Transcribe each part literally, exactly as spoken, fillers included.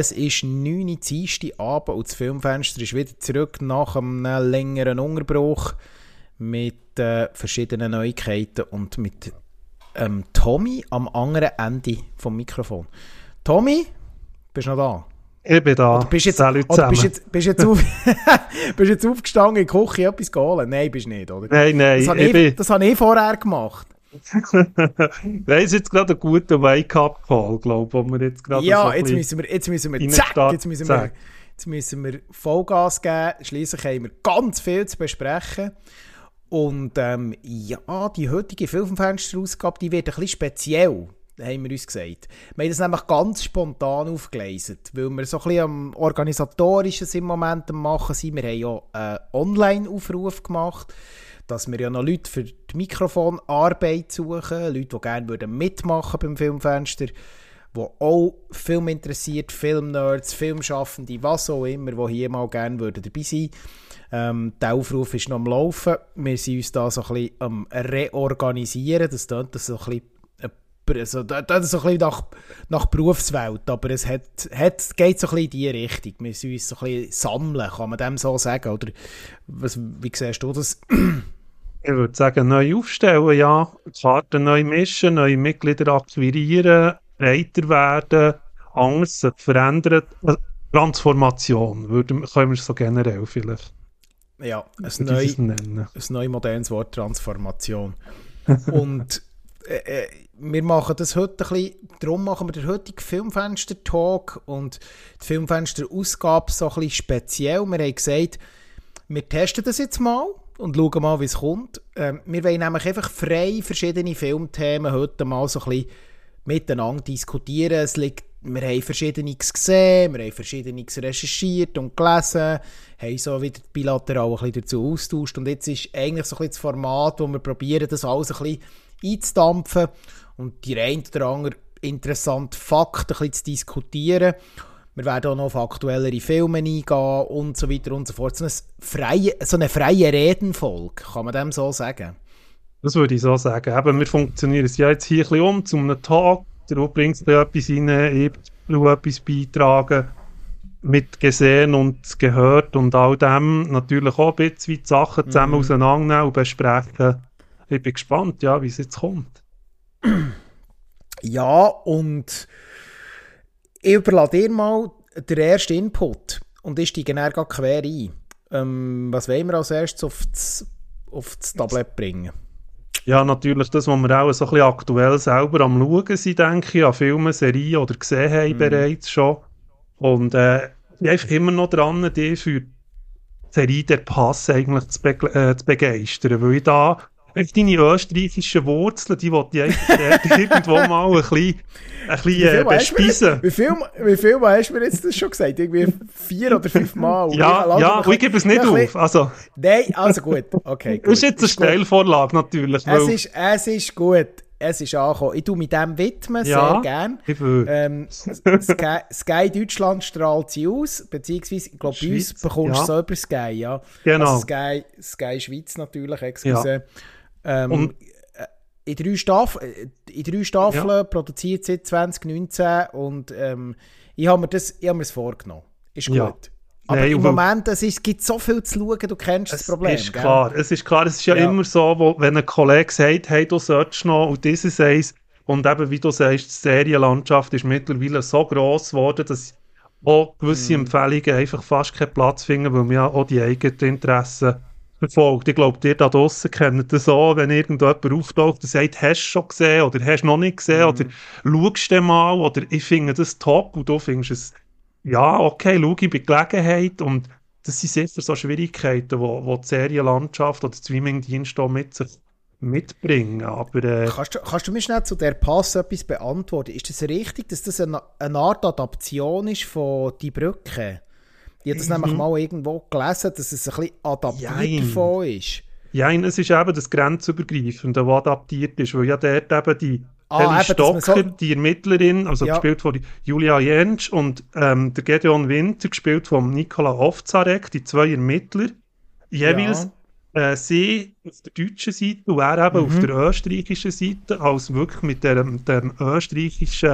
Es ist neun Uhr Dienstag Abend und das Filmfenster ist wieder zurück nach einem längeren Unterbruch mit äh, verschiedenen Neuigkeiten und mit ähm, Tommy am anderen Ende vom Mikrofon. Tommy, bist du noch da? Ich bin da. Oder bist jetzt, Salut oder bist zusammen. jetzt, bist jetzt, auf, bist jetzt aufgestanden in die Küche etwas geholt? Nein, bist du nicht, oder? Nein, nein. Das habe ich, ich, bin... das habe ich vorher gemacht. Nein, es ist jetzt gerade ein guter Wake-up-Call, glaube ich, wo wir jetzt gerade Ja, so jetzt müssen wir, jetzt müssen wir, zack, jetzt müssen wir, jetzt müssen wir Vollgas geben. Schliesslich haben wir ganz viel zu besprechen. Und ähm, ja, die heutige Filmfenster-Ausgabe, die wird ein bisschen speziell, haben wir uns gesagt. Wir haben das nämlich ganz spontan aufgeleistet, weil wir so ein bisschen am Organisatorischen im Moment am Machen sind. Wir haben ja einen Online-Aufruf gemacht, dass wir ja noch Leute für die Mikrofonarbeit suchen, Leute, die gerne mitmachen beim Filmfenster, die auch Film interessiert, Filmnerds, Filmschaffende, was auch immer, die hier mal gerne dabei sein würden. Ähm, der Aufruf ist noch am Laufen. Wir sind uns da so ein bisschen am Reorganisieren. Das klingt so ein bisschen, also, das ist so ein bisschen nach, nach Berufswelt, aber es hat, hat, geht so ein bisschen in die Richtung. Wir müssen uns so ein bisschen sammeln, kann man dem so sagen? Oder was, wie siehst du das? Ich würde sagen, neu aufstellen, ja. Karten neu mischen, neue Mitglieder akquirieren, breiter werden, anders verändern. Transformation, würde, können wir es so generell vielleicht. Ja, ein neu, ein neu modernes Wort, Transformation. Und äh, wir machen das heute ein bisschen, darum machen wir den heutigen Filmfenster-Talk und die Filmfenster-Ausgabe so ein bisschen speziell. Wir haben gesagt, wir testen das jetzt mal und schauen mal, wie es kommt. Ähm, wir wollen nämlich einfach frei verschiedene Filmthemen heute mal so ein bisschen miteinander diskutieren. Es liegt, wir haben Verschiedenes gesehen, wir haben Verschiedenes recherchiert und gelesen, haben so wieder bilateral ein bisschen dazu austauscht und jetzt ist eigentlich so ein bisschen das Format, wo wir probieren, das alles ein bisschen einzudampfen und die ein oder andere interessante Fakten ein bisschen zu diskutieren. Wir werden auch noch auf aktuellere Filme eingehen und so weiter und so fort. So eine freie, so eine freie Redenfolge, kann man dem so sagen? Das würde ich so sagen. Eben, wir funktionieren es ja jetzt hier ein bisschen um, zu einem Talk. Du bringst da etwas rein, ich will etwas beitragen, mit gesehen und gehört und all dem. Natürlich auch ein bisschen die Sachen zusammen mhm. auseinandernehmen und besprechen. Ich bin gespannt, ja, wie es jetzt kommt. Ja, und ich überlasse dir mal den ersten Input und ich steige dann gleich quer ein. Ähm, was wollen wir als erstes auf das, auf das Tablett bringen? Ja, natürlich das, was wir auch so ein bisschen aktuell selber am Schauen sind, denke ich, an Filmen, Serien oder gesehen haben mm. bereits schon. Und äh, ich bin einfach immer noch dran, die für die Serie «Der Pass» eigentlich zu, be- äh, zu begeistern, weil ich da deine österreichischen Wurzeln, die wollte ich einfach irgendwo mal ein bisschen, ein bisschen äh, bespeisen. Wie viel, wie viel Mal hast du mir jetzt das schon gesagt? Irgendwie vier oder fünf Mal? Ja, ja, und ich gebe es nicht auf. Also. Nein, also gut. Okay, gut. Das ist jetzt eine Steilvorlage natürlich. Es ist, es ist gut. Es ist angekommen. Ich tue mich dem widmen, ja, sehr gerne. Ähm, Sky, Sky Deutschland strahlt sie aus, beziehungsweise, ich glaube, bei uns bekommst du ja. so über Sky, ja. Genau. Also Sky, Sky Schweiz natürlich, excuse. Ja. Ähm, und in drei, Staff- in drei Staffeln, ja. produziert seit zwanzig neunzehn und ähm, ich habe mir das ich hab mir das vorgenommen. Ist gut. Ja. Aber Nein, im Moment, es ist, gibt so viel zu schauen, du kennst das Problem. Es ist klar, es ist klar, es ist ja, ja. immer so, wo, wenn ein Kollege sagt, hey, du solltest noch und dieses eins und eben, wie du sagst, die Serienlandschaft ist mittlerweile so gross geworden, dass auch gewisse mm. Empfehlungen einfach fast keinen Platz finden, weil wir ja auch die eigenen Interessen verfolgt. Ich glaube, ihr da draussen kennt das auch, wenn irgendjemand auftaucht und sagt, hast du schon gesehen oder hast du noch nicht gesehen mm. oder schaust du mal oder ich finde das top und du findest es ja, okay, schau ich bei Gelegenheit und das sind sicher so Schwierigkeiten, die wo, wo die Serienlandschaft oder die Streamingdienste mit sich mitbringen. Aber, äh, kannst, du, kannst du mir schnell zu der Pass etwas beantworten? Ist das richtig, dass das eine, eine Art Adaption ist von «Die Brücke»? Ich habe das mhm. nämlich mal irgendwo gelesen, dass es ein bisschen adaptiert Jein. davon ist. Ja, es ist eben das Grenzübergreifende, was adaptiert ist, weil ja dort eben die Ah, Ellie Stocker, so die Ermittlerin, also ja. gespielt von Julia Jentsch und ähm, der Gedeon Winter, gespielt von Nikola Ovtcharek, die zwei Ermittler, jeweils ja. äh, sie auf der deutschen Seite und er eben mhm. auf der österreichischen Seite, als wirklich mit dem, dem österreichischen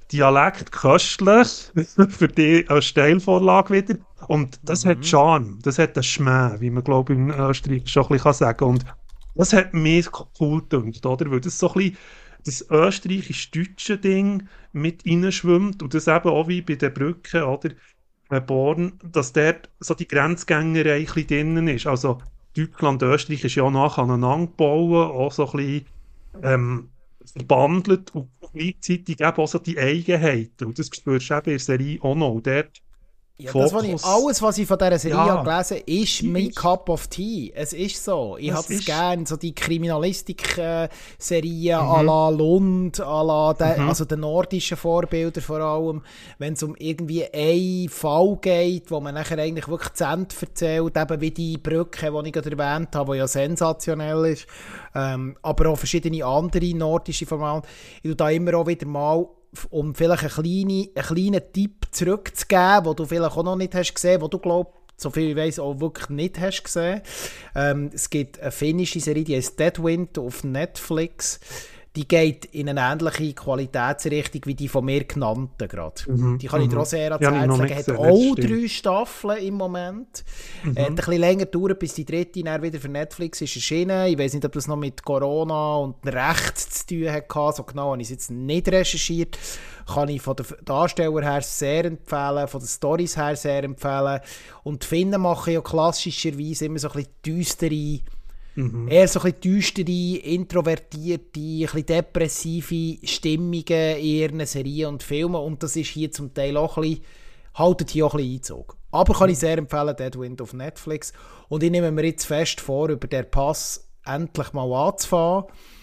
Dialekt köstlich, für die als Steilvorlage wieder. Und das mhm. hat Charme, das hat einen Schmäh, wie man, glaube ich, in Österreich schon ein bisschen sagen kann. Und das hat mich cool gedacht, oder? Weil das so ein bisschen das österreichisch-deutsche Ding mit reinschwimmt und das eben auch wie bei den Brücken, oder? Born, dass dort so die Grenzgängerei ein bisschen drin ist. Also Deutschland, Österreich ist ja nach aneinander gebaut, auch so ein bisschen ähm, verbandelt und gleichzeitig eben auch so die Eigenheiten. Und das spürst du eben in der Serie auch noch. Und dort ja, das, was ich, alles, was ich von dieser Serie ja, gelesen habe, ist mein Cup of Tea. Es ist so. Ich habe es gerne, so die Kriminalistik-Serien mhm. à la Lund, à la de, mhm. also den nordischen Vorbilder vor allem, wenn es um irgendwie einen Fall geht, wo man nachher eigentlich wirklich zu Ende erzählt, eben wie die Brücke, die ich gerade erwähnt habe, die ja sensationell ist, ähm, aber auch verschiedene andere nordische Formate. Ich tue da immer auch wieder mal, um vielleicht einen kleinen, einen kleinen Tipp zurückzugeben, den du vielleicht auch noch nicht hast gesehen, den du, glaubst, so viel ich weiss, auch wirklich nicht hast gesehen. Ähm, es gibt eine finnische Serie, die heißt Deadwind auf Netflix. Die geht in eine ähnliche Qualitätsrichtung wie die von mir genannten gerade. Mhm, die kann ich dir auch sehr ans Herz legen. Hat auch drei Staffeln im Moment. Mhm. Hat ein bisschen länger gedauert, bis die dritte dann wieder für Netflix ist erschienen. Ich weiss nicht, ob das noch mit Corona und Recht zu tun hatte. So genau habe ich es jetzt nicht recherchiert. Kann ich von den Darstellern her sehr empfehlen, von den Storys her sehr empfehlen. Und die Finnen machen ja klassischerweise immer so ein bisschen düstere, Mhm. eher so ein bisschen düstere, introvertierte, ein bisschen depressive Stimmungen in ihren Serien und Filmen. Und das ist hier zum Teil auch ein bisschen, haltet hier auch ein bisschen Einzug. Aber kann ich sehr empfehlen, Deadwind auf Netflix. Und ich nehme mir jetzt fest vor, über den Pass endlich mal anzufangen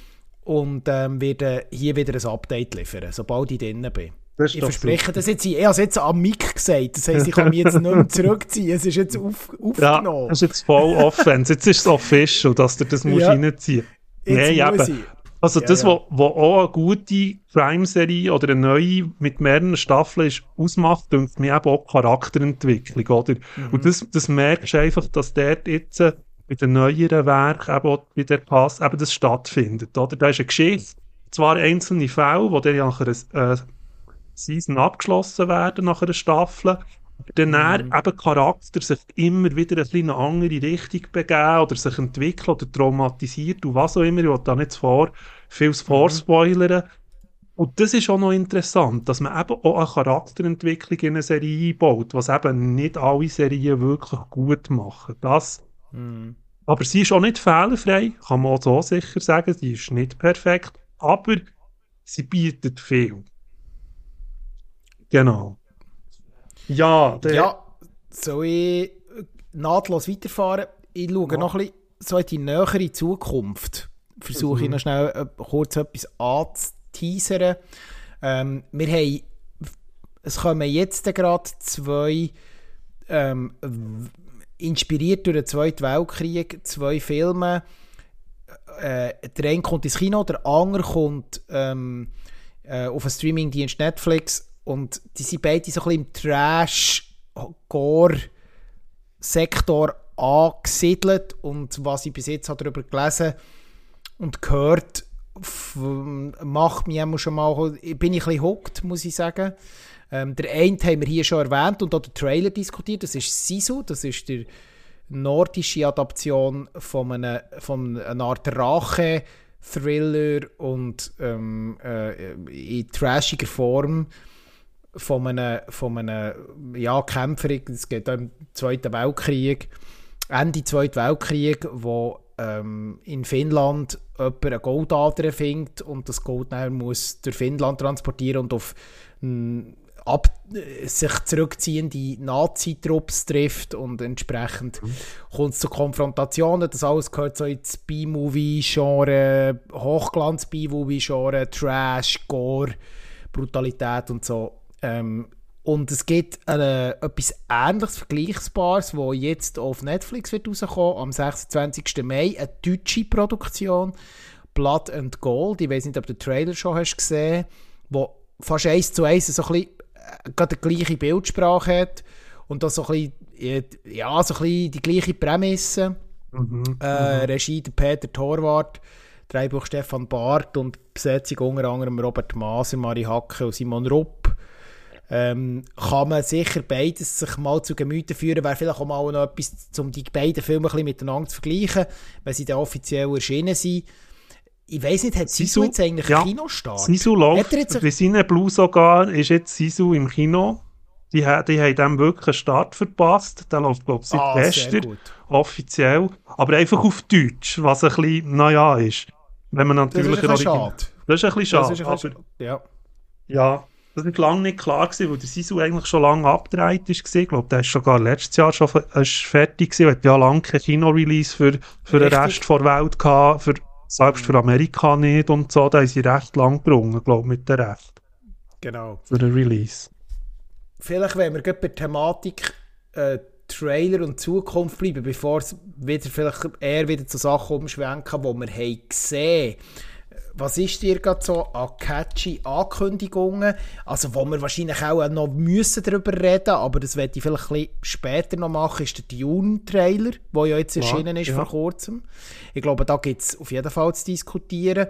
und ähm, werde hier wieder ein Update liefern, sobald ich drinnen bin. Ich verspreche das jetzt. Ich habe es jetzt am Mic gesagt. Das heisst, ich kann mich jetzt nicht mehr zurückziehen. Es ist jetzt auf, aufgenommen. Ja, das ist jetzt voll offen. Jetzt ist es official, dass du das musst ja. reinziehen musst. Nein, eben. Also ja, das, ja. Was auch eine gute Crime-Serie oder eine neue mit mehreren Staffeln ist, ausmacht, denkt mir eben auch Charakterentwicklung. Oder? Mhm. Und das, das merkst du einfach, dass dort jetzt äh, bei den neueren Werken eben auch bei der Pass eben das stattfindet. Oder? Da ist eine Geschichte, zwar einzelne Fälle, die dann nachher äh, Season abgeschlossen werden nach einer Staffel, dann mm. eben Charakter sich immer wieder ein bisschen in eine andere Richtung begeben oder sich entwickeln oder traumatisiert und was auch immer. Ich will da nicht vor viel vorspoilern. Mm. Und das ist auch noch interessant, dass man eben auch eine Charakterentwicklung in eine Serie einbaut, was eben nicht alle Serien wirklich gut machen. Das, mm. Aber sie ist auch nicht fehlerfrei, kann man auch so sicher sagen. Sie ist nicht perfekt, aber sie bietet viel. Genau. Ja, der ja, soll ich nahtlos weiterfahren? Ich schaue ja. noch ein bisschen so in die nähere Zukunft. Versuche mhm. ich noch schnell äh, kurz etwas anzuteasern. Ähm, wir haben, es kommen jetzt gerade zwei, ähm, inspiriert durch den Zweiten Weltkrieg, zwei Filme. Äh, der eine kommt ins Kino, der andere kommt ähm, äh, auf einen Streamingdienst Netflix. Und die sind beide so ein bisschen im Trash-Gore-Sektor angesiedelt. Und was ich bis jetzt darüber gelesen und gehört, f- macht mich immer schon mal, bin ich ein bisschen hooked, muss ich sagen. Ähm, der eine haben wir hier schon erwähnt und auch den Trailer diskutiert. Das ist Sisu, das ist die nordische Adaption von einer, von einer Art Rache-Thriller und ähm, äh, in trashiger Form. Von einem, von einem ja, Kämpfer, es geht um den Zweiten Weltkrieg, Ende Zweiten Weltkrieg, wo ähm, in Finnland jemand eine Goldader findet und das Gold dann muss durch Finnland transportieren und auf m, ab, sich zurückziehende Nazi-Trupps trifft und entsprechend mhm. kommt es zu Konfrontationen. Das alles gehört so ins B-Movie-Genre, Hochglanz-B-Movie-Genre, Trash, Gore, Brutalität und so. Ähm, und es gibt äh, etwas Ähnliches, Vergleichbares, das jetzt auf Netflix wird rauskommen, am sechsundzwanzigsten Mai, eine deutsche Produktion, Blood and Gold. Ich weiß nicht, ob du den Trailer schon hast gesehen, wo fast eins zu eins so ein bisschen äh, gerade die gleiche Bildsprache hat und das so ein bisschen, ja, so ein bisschen die gleiche Prämisse. Mhm, äh, mhm. Regie der Peter Torwart, Drehbuch Stefan Barth und Besetzung unter anderem Robert Maaser, Marie Hacke und Simon Rupp. ähm, kann man sicher beides sich mal zu Gemüte führen. Wäre vielleicht auch mal noch etwas, um die beiden Filme ein bisschen miteinander zu vergleichen, wenn sie dann offiziell erschienen sind. Ich weiss nicht, hat Sisu, Sisu jetzt eigentlich ja, Kinostart? Sisu läuft, bei seinen Blue sogar ist jetzt Sisu im Kino. Die, die haben dem wirklich einen Start verpasst. Der läuft, glaube ich, seit ah, gestern offiziell. Aber einfach auf Deutsch, was ein bisschen, naja, ist. Wenn man natürlich das ist ein bisschen schade. Das ist ein bisschen schade. Das ist ein bisschen aber, ja. ja, das war lange nicht klar gewesen, weil der Sisu eigentlich schon lange abgedreht ist. Ich glaube, der ist sogar letztes Jahr schon ist fertig gewesen. Er hat ja lange kein Kino-Release für, für den Rest der Welt gehabt. Für, selbst für Amerika nicht und so. Da haben sie recht lang gerungen, glaube ich, mit der Recht. Genau. Für den Release. Vielleicht, wenn wir gerade bei der Thematik äh, Trailer und Zukunft bleiben, bevor es wieder vielleicht eher wieder zu Sachen umschwenken, die wir haben gesehen. Was ist dir gerade so an catchy Ankündigungen? Also, wo wir wahrscheinlich auch noch müssen darüber reden, aber das werde ich vielleicht ein bisschen später noch machen, ist der Dune-Trailer, der ja jetzt erschienen ja, ist ja. vor kurzem. Ich glaube, da gibt es auf jeden Fall zu diskutieren.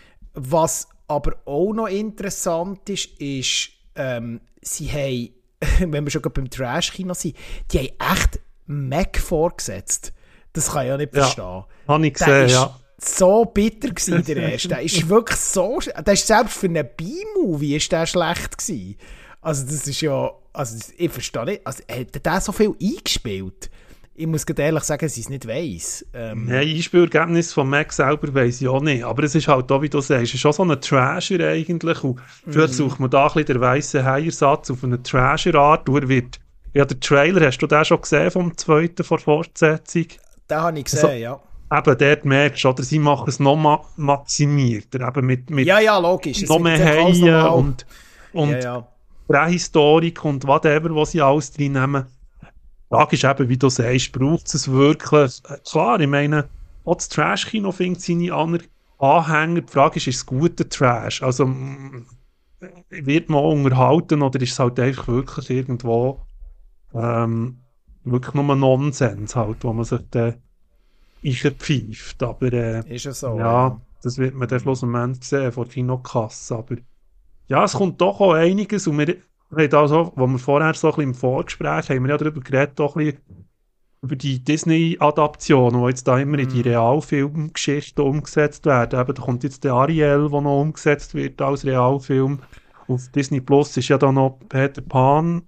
Was aber auch noch interessant ist, ist, ähm, sie haben, wenn wir schon beim Trash-Kino sind, die haben echt Mac vorgesetzt. Das kann ich ja nicht verstehen. Ja, habe ich gesehen, ja. So bitter gewesen, der erste. Der ist wirklich so, der ist selbst für einen B-Movie ist der schlecht gewesen. Also das ist ja, also ich verstehe nicht, also hat der so viel eingespielt? Ich muss ganz ehrlich sagen, dass ich es nicht weiss. Ähm, Nein, Einspielergebnis von Mac selber weiss ich auch nicht, aber es ist halt auch, wie du sagst, es ist schon so ein Trasher eigentlich und vielleicht mm. sucht man da ein bisschen den weissen Heiersatz auf eine Trasher-Art, wo er wird, ja, der Trailer, hast du den schon gesehen vom zweiten vor Fortsetzung? Den habe ich gesehen, also, ja. Eben, dort merkst du, oder sie machen es noch ma- maximierter, eben mit, mit ja, ja, logisch. noch mehr Haien und, und ja, ja. Prähistorik und whatever, was sie alles drin nehmen. Die Frage ist eben, wie du sagst, braucht es wirklich? Klar, ich meine, auch das Trash-Kino findet seine anderen Anhänger. Die Frage ist, ist es guter Trash? Also, wird man auch unterhalten oder ist es halt einfach wirklich irgendwo ähm, wirklich nur Nonsens halt, wo man sich dann einpfeift, aber äh, ist es so, ja, ja, das wird man dann schlussendlich sehen vor der Kinokasse, aber ja, es kommt doch auch einiges und wir haben also, wo wir vorher so ein bisschen im Vorgespräch haben wir ja darüber geredet, auch ein bisschen über die Disney-Adaptionen, die jetzt da immer mm. in die Realfilmgeschichte umgesetzt werden. Eben, da kommt jetzt der Ariel, der noch umgesetzt wird als Realfilm. Auf Disney Plus ist ja dann noch Peter Pan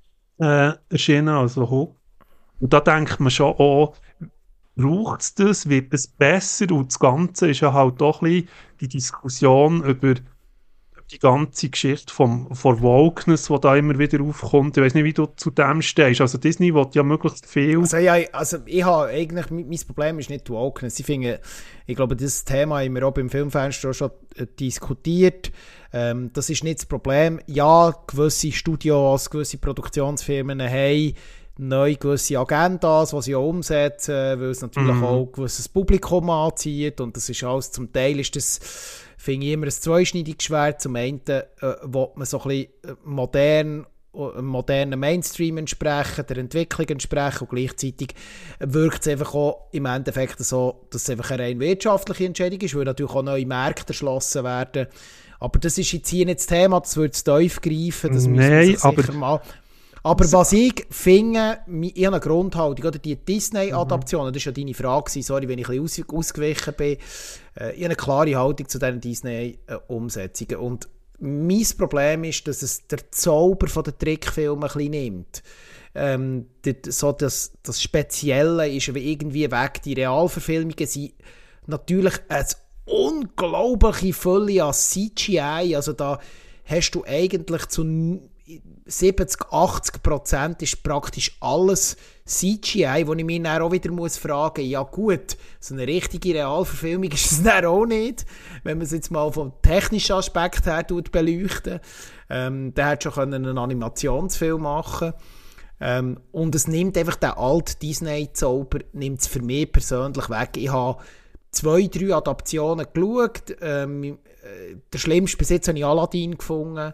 äh, erschienen, also Hook. Und da denkt man schon auch, braucht es das, wird es besser? Und das Ganze ist ja halt doch ein bisschen die Diskussion über die ganze Geschichte vom, von Wokeness, die da immer wieder aufkommt. Ich weiß nicht, wie du zu dem stehst. Also Disney will ja möglichst viel... Also, ja, also ich habe eigentlich, mein Problem ist nicht die Wokeness. Ich finde, ich glaube, das Thema haben wir auch beim Filmfenster schon äh, diskutiert. Ähm, das ist nicht das Problem. Ja, gewisse Studios, gewisse Produktionsfirmen haben neu gewisse Agendas, die sie auch umsetzen, weil es natürlich mhm. auch ein gewisses Publikum anzieht und das ist alles, zum Teil ist das, finde ich, immer ein zweischneidiges Schwert. Zum einen äh, will man so ein bisschen modern, modernen Mainstream entsprechen, der Entwicklung entsprechen und gleichzeitig wirkt es einfach auch im Endeffekt so, dass es einfach eine rein wirtschaftliche Entscheidung ist, weil natürlich auch neue Märkte erschlossen werden. Aber das ist jetzt hier nicht das Thema, das würde zu tief greifen, das müssen wir sich sicher mal... Aber was ich finde, ich habe eine Grundhaltung, oder die Disney-Adaptionen, mhm. das war ja deine Frage, sorry, wenn ich ein bisschen aus, ausgewichen bin, äh, ich habe eine klare Haltung zu diesen Disney-Umsetzungen. Und mein Problem ist, dass es der Zauber von den Trickfilmen ein bisschen nimmt. Ähm, das, so das, das Spezielle ist irgendwie weg. Die Realverfilmungen sind natürlich eine unglaubliche Fülle an C G I, also da hast du eigentlich zu siebzig, achtzig Prozent ist praktisch alles C G I, wo ich mich dann auch wieder muss fragen muss, ja gut, so eine richtige Realverfilmung ist es dann auch nicht, wenn man es jetzt mal vom technischen Aspekt her beleuchten. Ähm, der hätte schon einen Animationsfilm machen ähm, und es nimmt einfach den alten Disney-Zauber, nimmt es für mich persönlich weg. Ich habe zwei, drei Adaptionen geschaut, ähm, äh, der schlimmste bis jetzt habe ich Aladdin gefunden.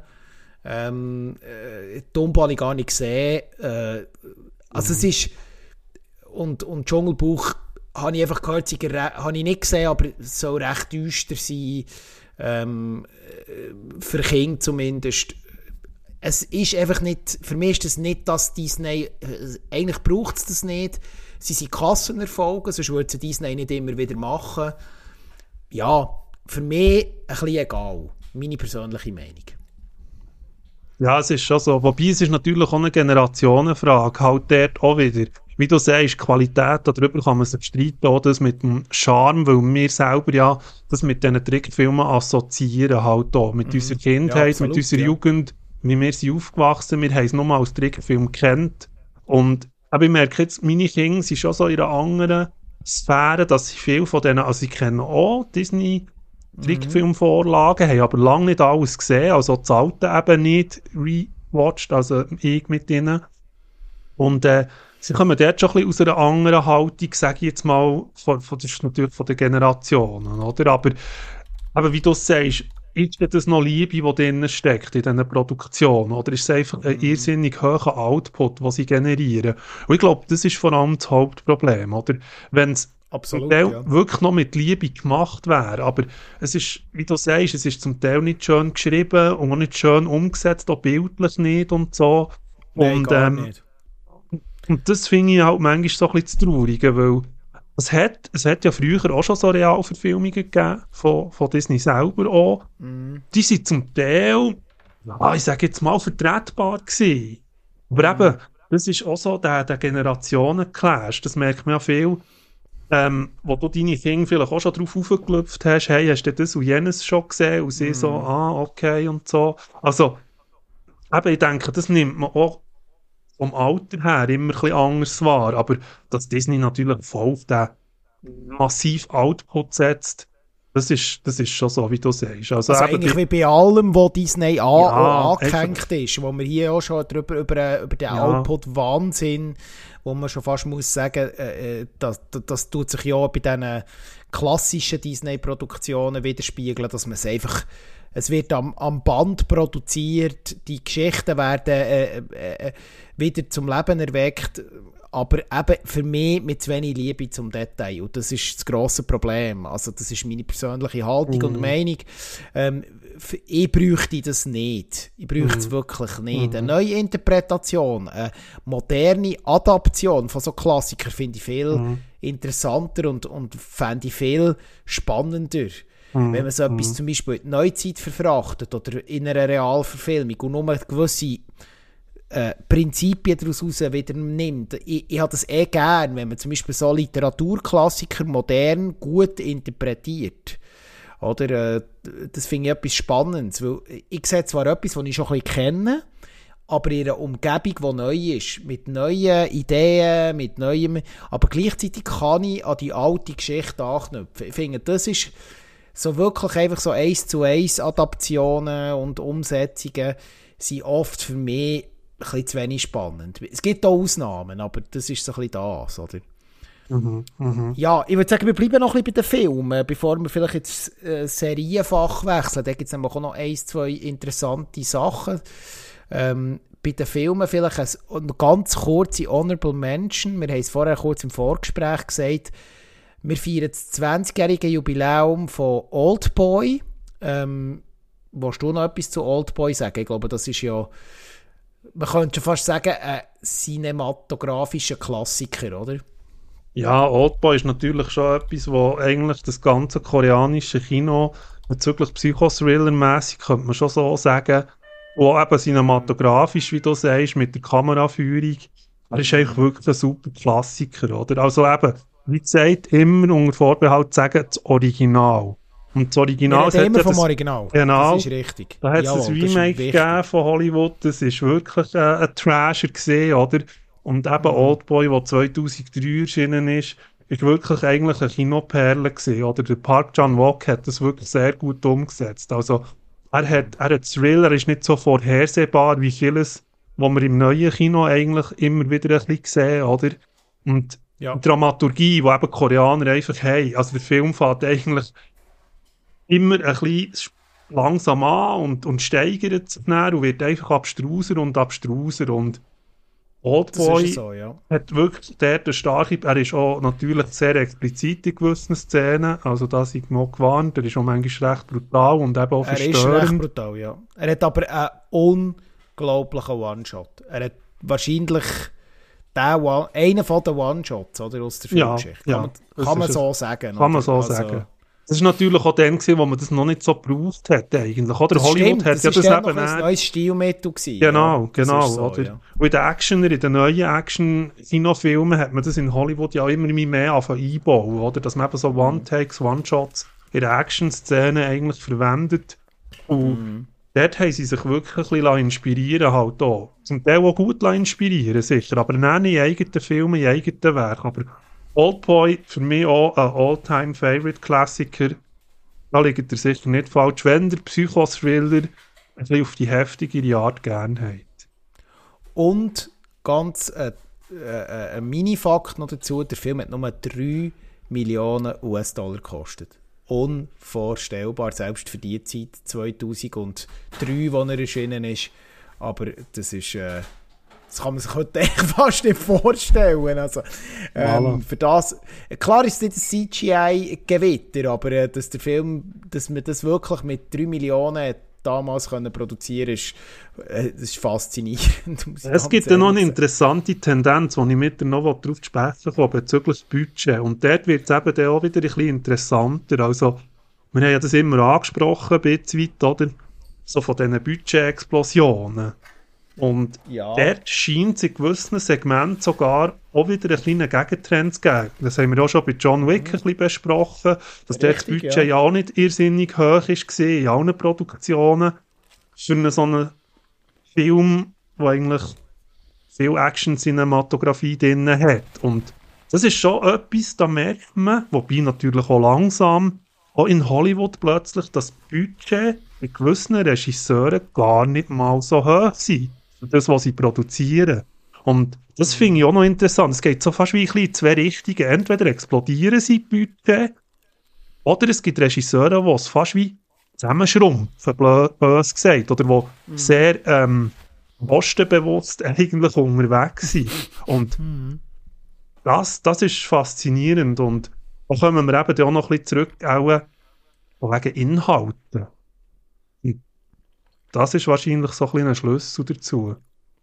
Ähm, äh, Dumbo habe ich gar nicht gesehen. Äh, also mhm. es ist und, und Dschungelbuch habe ich einfach gehört, habe ich nicht gesehen, aber es soll recht düster sein, ähm, für Kinder zumindest. es ist einfach nicht, für mich ist das nicht, dass Disney, eigentlich braucht es das nicht. Sie sind Kassenerfolge, sonst würde Disney nicht immer wieder machen. Ja, für mich ein bisschen egal. Meine persönliche Meinung. Ja, es ist schon so. Wobei, es ist natürlich auch eine Generationenfrage. Halt dort auch wieder. Wie du sagst, Qualität, darüber kann man sich streiten, auch das mit dem Charme, weil wir selber ja das mit diesen Trickfilmen assoziieren, halt auch. Mit mhm. unserer Kindheit, ja, absolut, mit unserer ja. Jugend, wie wir sind aufgewachsen, wir haben es nur mal als Trickfilm gekannt. Und aber ich merke jetzt, meine Kinder sind schon so in einer anderen Sphäre, dass sie viel von denen, also sie kennen auch Disney Trickfilmvorlagen, haben aber lange nicht alles gesehen, also das alte eben nicht rewatcht, also ich mit ihnen. Und äh, sie kommen dort schon ein bisschen aus einer anderen Haltung, sage ich jetzt mal, von, von, das ist natürlich von den Generationen, oder? Aber, aber wie du sagst, ist das noch Liebe, die drin steckt in diesen Produktionen, oder ist es einfach ein irrsinnig hoher Output, den sie generieren? Und ich glaube, das ist vor allem das Hauptproblem, oder? Wenn es Absolut, ja. wirklich noch mit Liebe gemacht wäre, aber es ist, wie du sagst, es ist zum Teil nicht schön geschrieben und auch nicht schön umgesetzt, auch bildlich nicht und so. Nein, und, gar ähm, nicht. Und das finde ich halt manchmal so ein bisschen das Traurige, weil es hat, es hat ja früher auch schon so Realverfilmungen gegeben, von, von Disney selber auch. Mm. Die sind zum Teil, ja, ich sage jetzt mal, vertretbar gewesen. Aber mm. eben, das ist auch so der, der Generationen-Clash, das merkt man ja viel. Ähm, wo du deine Kinder vielleicht auch schon drauf aufgelöpft hast, hey, hast du das und jenes schon gesehen? Und sie mm. so, ah, okay und so. Also, eben, ich denke, das nimmt man auch vom Alter her immer ein bisschen anders wahr. Aber dass Disney natürlich voll auf den massiv Output setzt, das ist, das ist schon so, wie du sagst. Also, also eigentlich wie bei allem, was Disney an, ja, angehängt ist, wo wir hier auch schon drüber, über, über den ja. Output-Wahnsinn, wo man schon fast muss sagen, äh, das, das, das tut sich ja bei diesen klassischen Disney-Produktionen widerspiegeln, dass man es einfach, es wird am, am Band produziert, die Geschichten werden äh, äh, wieder zum Leben erweckt, aber eben für mich mit zu wenig Liebe zum Detail. Und das ist das grosse Problem. Also das ist meine persönliche Haltung mm. und Meinung. Ähm, ich bräuchte das nicht. Ich bräuchte es mm. wirklich nicht. Mm. Eine neue Interpretation, eine moderne Adaption von so Klassikern finde ich viel mm. interessanter und, und fände ich viel spannender. Mm. Wenn man so etwas mm. zum Beispiel in die Neuzeit verfrachtet oder in einer Realverfilmung und nur gewisse Äh, Prinzipien daraus wieder nimmt. Ich, ich habe das eh gern, wenn man zum Beispiel so Literaturklassiker modern gut interpretiert. Oder, äh, das finde ich etwas Spannendes, weil ich sehe zwar etwas, das ich schon ein bisschen kenne, aber in einer Umgebung, die neu ist, mit neuen Ideen, mit neuem, aber gleichzeitig kann ich an die alte Geschichte anknüpfen. Ich finde, das ist so wirklich einfach so eins zu eins Adaptionen und Umsetzungen sind oft für mich ein bisschen zu wenig spannend. Es gibt auch Ausnahmen, aber das ist so ein bisschen das, oder? Mhm, mh. Ja, ich würde sagen, wir bleiben noch ein bisschen bei den Filmen, bevor wir vielleicht jetzt äh, Serienfach wechseln. Da gibt es nämlich auch noch ein, zwei interessante Sachen. Ähm, bei den Filmen vielleicht eine, eine ganz kurze Honorable Mention. Wir haben es vorher kurz im Vorgespräch gesagt. Wir feiern das zwanzigjährige Jubiläum von Oldboy. Ähm, willst du noch etwas zu Oldboy sagen? Ich glaube, das ist ja, man könnte schon fast sagen, ein cinematografischer Klassiker, oder? Ja, Oldboy ist natürlich schon etwas, wo eigentlich das ganze koreanische Kino bezüglich Psychothriller-mässig, könnte man schon so sagen, wo eben cinematografisch, wie du sagst, mit der Kameraführung, er ist eigentlich wirklich ein super Klassiker, oder? Also eben, wie gesagt, immer unter Vorbehalt zu sagen, das Original. Und das Original... Wir reden immer ja vom das, Original, genau, das ist richtig. Da hat es ein Remake gegeben von Hollywood, das ist wirklich äh, ein Trasher gesehen, oder? Und eben mhm. Oldboy, der zweitausenddrei erschienen ist, ist wirklich eigentlich eine Kinoperle gewesen, oder? Der Park Chan-wook hat das wirklich sehr gut umgesetzt. Also, er hat, er hat Thriller, er ist nicht so vorhersehbar wie vieles, was wir im neuen Kino eigentlich immer wieder ein bisschen sehen, oder? Und ja. Die Dramaturgie, die eben Koreaner einfach haben, also der Film fährt eigentlich immer ein bisschen langsam an und, und steigert sich dann und wird einfach abstruser und abstruser. Und Oldboy so, ja. hat wirklich dort eine starke, er ist auch natürlich sehr explizit in gewissen Szenen, also da sind wir noch gewarnt, er ist auch manchmal recht brutal und eben auch er verstörend. Er ist recht brutal, ja. Er hat aber eine unglaublicher One-Shot. Er hat wahrscheinlich der One, einen von den One-Shots, oder, aus der Filmgeschichte. Ja, kann man, ja, kann man so ein, sagen. Kann oder? man so also, sagen. Das war natürlich auch dann, wo man das noch nicht so gebraucht hat, eigentlich. Oder das Hollywood stimmt, hat das ja ist das dann eben noch ein neues Stilmittel gewesen. Genau, ja. genau. So, oder? ja. Und in den Actioner, in den neuen Action-Kinofilmen hat man das in Hollywood ja immer mehr angefangen einbauen, oder? Dass man eben so One-Takes, One-Shots in den Action-Szenen eigentlich verwendet. Und mhm. dort haben sie sich wirklich ein bisschen inspirieren halt auch. Zum Teil auch gut inspirieren, sicher, aber nicht in eigenen Filmen, in eigenen Werken. Aber Oldboy, für mich auch ein All-Time-Favorite-Klassiker. Da liegt er sicher nicht falsch, wenn der Psychothriller ein bisschen auf die heftigere Art gerne hat. Und ganz äh, äh, ein Mini-Fakt noch dazu, der Film hat nur drei Millionen U S-Dollar gekostet. Unvorstellbar, selbst für die Zeit, zweitausenddrei, wo er erschienen ist. Aber das ist... Äh, Das kann man sich heute fast nicht vorstellen. Also, ähm, voilà. Für das, klar ist es nicht ein C G I-Gewitter, aber äh, dass der Film, dass man das wirklich mit drei Millionen damals können produzieren ist, äh, das ist faszinierend. Es gibt ja noch eine interessante Tendenz, die ich mit der noch darauf zu sprechen komme, bezüglich Budget. Und dort wird es eben dann auch wieder ein bisschen interessanter. Also, wir haben ja das immer angesprochen, ein bisschen weit, oder? So von diesen Budget-Explosionen. Und ja. dort scheint es in gewissen Segmenten sogar auch wieder einen kleinen Gegentrend zu geben. Das haben wir auch schon bei John Wick mhm. ein bisschen besprochen, dass dort das Budget ja. ja auch nicht irrsinnig hoch war in allen Produktionen für einen so einen Film, der eigentlich viel Action-Cinematografie drin hat. Und das ist schon etwas, da merkt man, wobei natürlich auch langsam, auch in Hollywood plötzlich das Budget bei gewissen Regisseuren gar nicht mal so hoch sind. Das, was sie produzieren. Und das finde ich auch noch interessant. Es geht so fast wie ein bisschen in zwei Richtungen. Entweder explodieren sie die Budget, oder es gibt Regisseure, die es fast wie zusammenschrumpfen, bös gesagt, oder die mhm. sehr ähm, kostenbewusst eigentlich unterwegs sind. Und mhm. das, das ist faszinierend. Und da kommen wir eben auch noch ein bisschen zurück, auch wegen Inhalten. Das ist wahrscheinlich so ein kleiner Schlüssel dazu.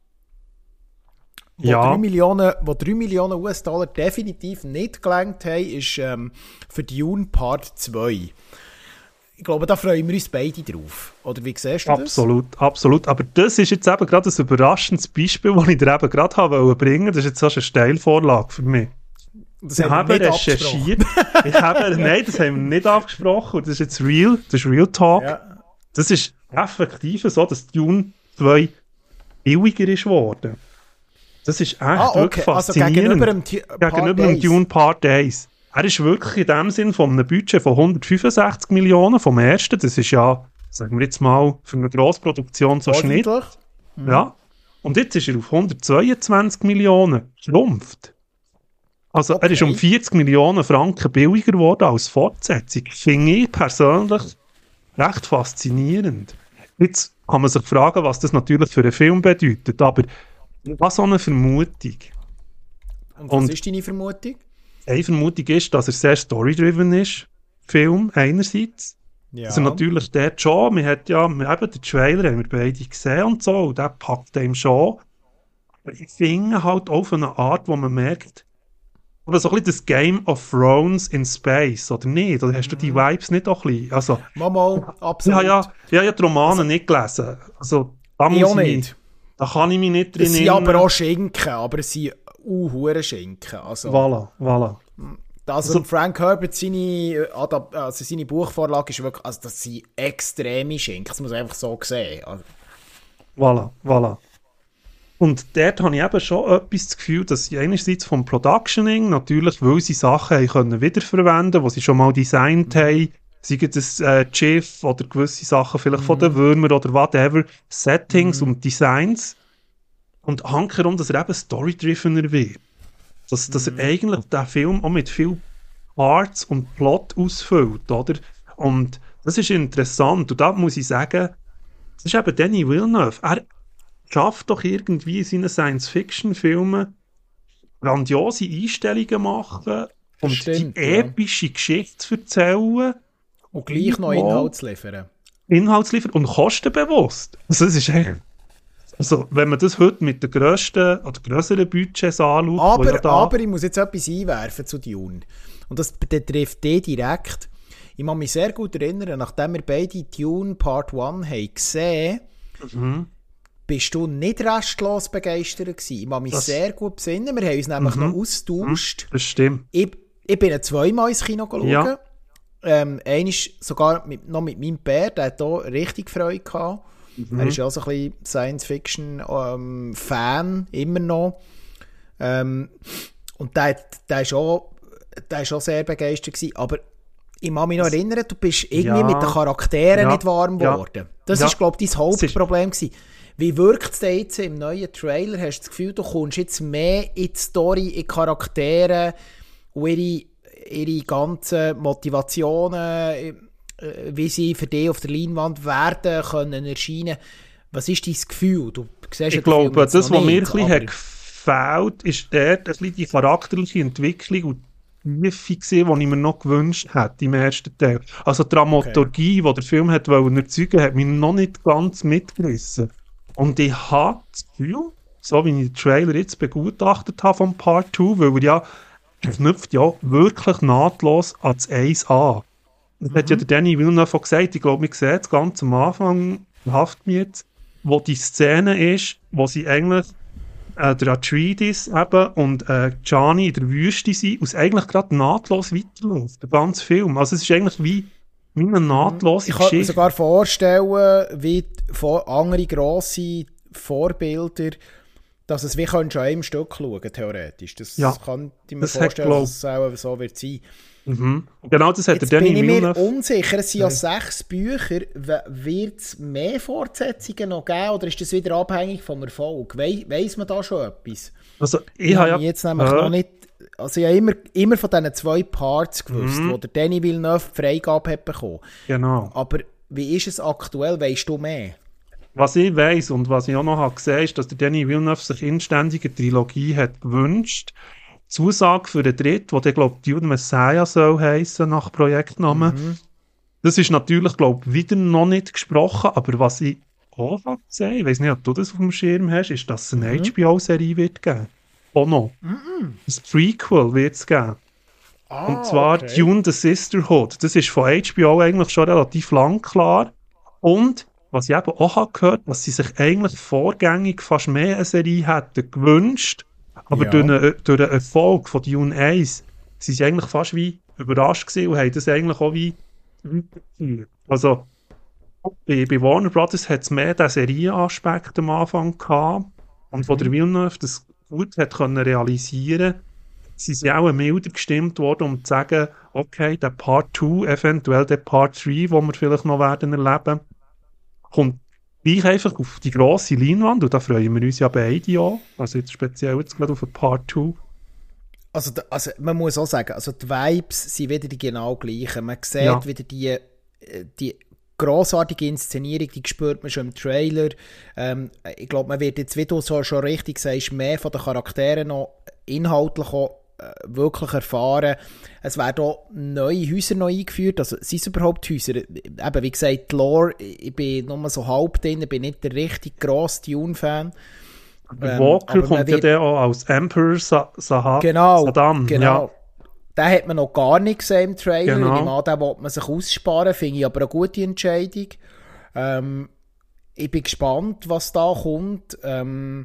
Wo ja. drei Millionen, wo drei Millionen U S-Dollar definitiv nicht gelangt haben, ist ähm, für Dune Part zwei. Ich glaube, da freuen wir uns beide drauf. Oder wie siehst du das? Absolut, absolut. Aber das ist jetzt eben gerade ein überraschendes Beispiel, das ich dir eben gerade habe bringen. Das ist jetzt so eine Steilvorlage für mich. Das ich habe recherchiert. ich habe, nein, das haben wir nicht abgesprochen. Das ist jetzt real. Das ist Real Talk. Ja. Das ist effektiv so, dass Dune zwei billiger ist geworden. Das ist echt ah, okay. wirklich faszinierend. Also gegenüber dem, T- gegenüber dem Dune Part eins. Er ist wirklich in dem Sinn von einem Budget von hundertfünfundsechzig Millionen vom ersten. Das ist ja, sagen wir jetzt mal, für eine Grossproduktion so Schnitt. Mhm. Ja. Und jetzt ist er auf hundertzweiundzwanzig Millionen geschrumpft. Also okay. Er ist um vierzig Millionen Franken billiger geworden als Fortsetzung. Finde ich persönlich recht faszinierend. Jetzt kann man sich fragen, was das natürlich für einen Film bedeutet, aber was so eine Vermutung. Und was Und ist deine Vermutung? Eine Vermutung ist, dass er sehr story-driven ist, Film einerseits. Ja. Also natürlich dort schon, wir hat ja, wir eben den Trailer haben wir beide gesehen und so, und der packt einem schon. Aber ich finde halt auch von einer Art, wo man merkt, oder so ein bisschen das Game of Thrones in Space, oder nicht? Oder hast du die Vibes nicht auch ein bisschen? Also, Mama, absolut. Ja, ja, ja, ich habe die Romane also, nicht gelesen. Also, da muss ich, nicht. Da kann ich mich nicht drin Es sind aber auch Schinken, aber es sind uh, Schinken. Also, voilà, voilà. Also, also Frank Herbert, seine, also seine Buchvorlage ist wirklich, also das sind extreme Schinken, das muss man einfach so sehen. Also. Voilà, voilà. Und dort habe ich eben schon etwas das Gefühl, dass sie einerseits vom Productioning natürlich, weil sie Sachen haben können wiederverwenden, die sie schon mal designt mhm. haben, sei das äh, Schiff oder gewisse Sachen vielleicht mhm. von den Würmern oder whatever, Settings mhm. und Designs. Und hankerum, dass er eben story-drivener wird. Dass, dass mhm. er eigentlich den Film auch mit viel Parts und Plot ausfüllt, oder? Und das ist interessant. Und da muss ich sagen, das ist eben Denis Villeneuve. Er schafft doch irgendwie in seinen Science-Fiction-Filmen grandiose Einstellungen machen und stimmt, die epische ja. Geschichte zu erzählen. Und gleich noch Inhalt zu liefern. Inhalt zu liefern und kostenbewusst. Also das ist echt Also, wenn man das heute mit den grössten oder grösseren Budgets anschaut... Aber, ja da aber ich muss jetzt etwas einwerfen zu Dune. Und das betrifft dich direkt. Ich kann mich sehr gut erinnern, nachdem wir beide Dune Part eins haben gesehen, mhm. bist du nicht restlos begeistert gewesen. Ich kann mich das, sehr gut besinnen. Wir haben uns nämlich mhm. noch austauscht. Das stimmt. Ich, ich bin zweimal ins Kino schauen. Ja. Ähm, einmal sogar mit, noch mit meinem Bär, der hat hier richtig Freude gehabt. Mhm. Er ist ja auch so ein bisschen Science-Fiction-Fan, ähm, immer noch. Ähm, und der, der, ist auch, der ist auch sehr begeistert gewesen. Aber ich kann mich noch erinnern, du bist irgendwie ja. mit den Charakteren ja. nicht warm geworden. Ja. Das war, ja. glaube ich, dein Hauptproblem gewesen. Wie wirkt es denn jetzt im neuen Trailer? Hast du das Gefühl, du kommst jetzt mehr in die Story, in die Charaktere und ihre, ihre ganzen Motivationen, wie sie für dich auf der Leinwand werden können erscheinen? Was ist dein Gefühl? Du siehst ich glaube, das, was mir ein bisschen hat gefällt, ist dort ein bisschen die charakterliche Entwicklung und die Tiefe, die ich mir noch gewünscht hätte im ersten Teil. Also die Dramaturgie, okay. die der Film hat wollen erzeugen, hat mich noch nicht ganz mitgerissen. Und ich habe das Gefühl, so wie ich den Trailer jetzt begutachtet habe vom Part zwei, weil er ja knüpft ja wirklich nahtlos an das eins an. Das mhm. hat ja der Danny Villeneuve gesagt, ich glaube, man sieht es ganz am Anfang, haftet mir jetzt, wo die Szene ist, wo sie eigentlich äh, der Atreides eben und äh, Gianni in der Wüste sind und es eigentlich gerade nahtlos weiterläuft, der ganze Film. Also es ist eigentlich wie, wie eine nahtlose ich Geschichte. Ich kann mir sogar vorstellen, wie andere grosse Vorbilder, dass es wie schon an einem Stück schauen, theoretisch. Das ja, kann ich mir das vorstellen, hat, dass es auch so wird sein. Mhm. Genau, das hat Jetzt der Danny bin ich Villeneuve. mir unsicher, es sind ja sechs Bücher. Wird es mehr Fortsetzungen noch geben oder ist das wieder abhängig vom Erfolg? We weiss man da schon etwas? Also, ich, ich habe ja, jetzt nämlich äh, noch nicht, also ich habe immer, immer von diesen zwei Parts gewusst, mhm. wo der Danny Villeneuve die Freigabe hat bekommen. Genau. Aber wie ist es aktuell? Weisst du mehr? Was ich weiss und was ich auch noch habe gesehen, ist, dass der Danny Villeneuve sich inständige Trilogie hat gewünscht. Zusage für den dritten, der, glaube ich, Dune Messiah soll heissen, nach Projektnamen. Mhm. Das ist natürlich, glaube ich, wieder noch nicht gesprochen, aber was ich auch gesehen habe, ich weiss nicht, ob du das auf dem Schirm hast, ist, dass es eine mhm. H B O-Serie wird geben. Auch noch. Mhm. Ein Prequel wird es geben. Ah, und zwar okay. Dune the Sisterhood. Das ist von H B O eigentlich schon relativ lang klar. Und was ich eben auch habe gehört, dass sie sich eigentlich vorgängig fast mehr eine Serie hätten gewünscht, aber ja. durch, eine, durch den Erfolg von Dune eins sind sie eigentlich fast wie überrascht gewesen und haben das eigentlich auch wie weitergeführt. Also bei, bei Warner Brothers hat es mehr den Serienaspekt am Anfang gehabt und mhm. wo der Villeneuve das gut hat können realisieren, sind sie auch milder gestimmt worden, um zu sagen, okay, der Part zwei, eventuell der Part drei, den wir vielleicht noch werden erleben, kommt gleich einfach auf die grosse Leinwand und da freuen wir uns ja beide an. Also jetzt speziell jetzt gerade auf den Part zwei. Also, also man muss auch sagen, also die Vibes sind wieder die genau gleichen. Man sieht ja. wieder die, die grossartige Inszenierung, die spürt man schon im Trailer. Ähm, ich glaube, man wird jetzt, wie du so schon richtig sagst, mehr von den Charakteren noch inhaltlich auch wirklich erfahren. Es werden auch neue Häuser noch eingeführt. Also sind es überhaupt Häuser? Eben, wie gesagt, die Lore, ich bin nur so halb drin, ich bin nicht der richtig grosse Dune-Fan. Ähm, Walker kommt wird, ja der auch als Emperor Sa Sa genau, Saddam. Genau, ja. Den hat man noch gar nicht gesehen im Trailer. Genau. Ich meine, den will man sich aussparen, finde ich aber eine gute Entscheidung. Ähm, ich bin gespannt, was da kommt. Ähm,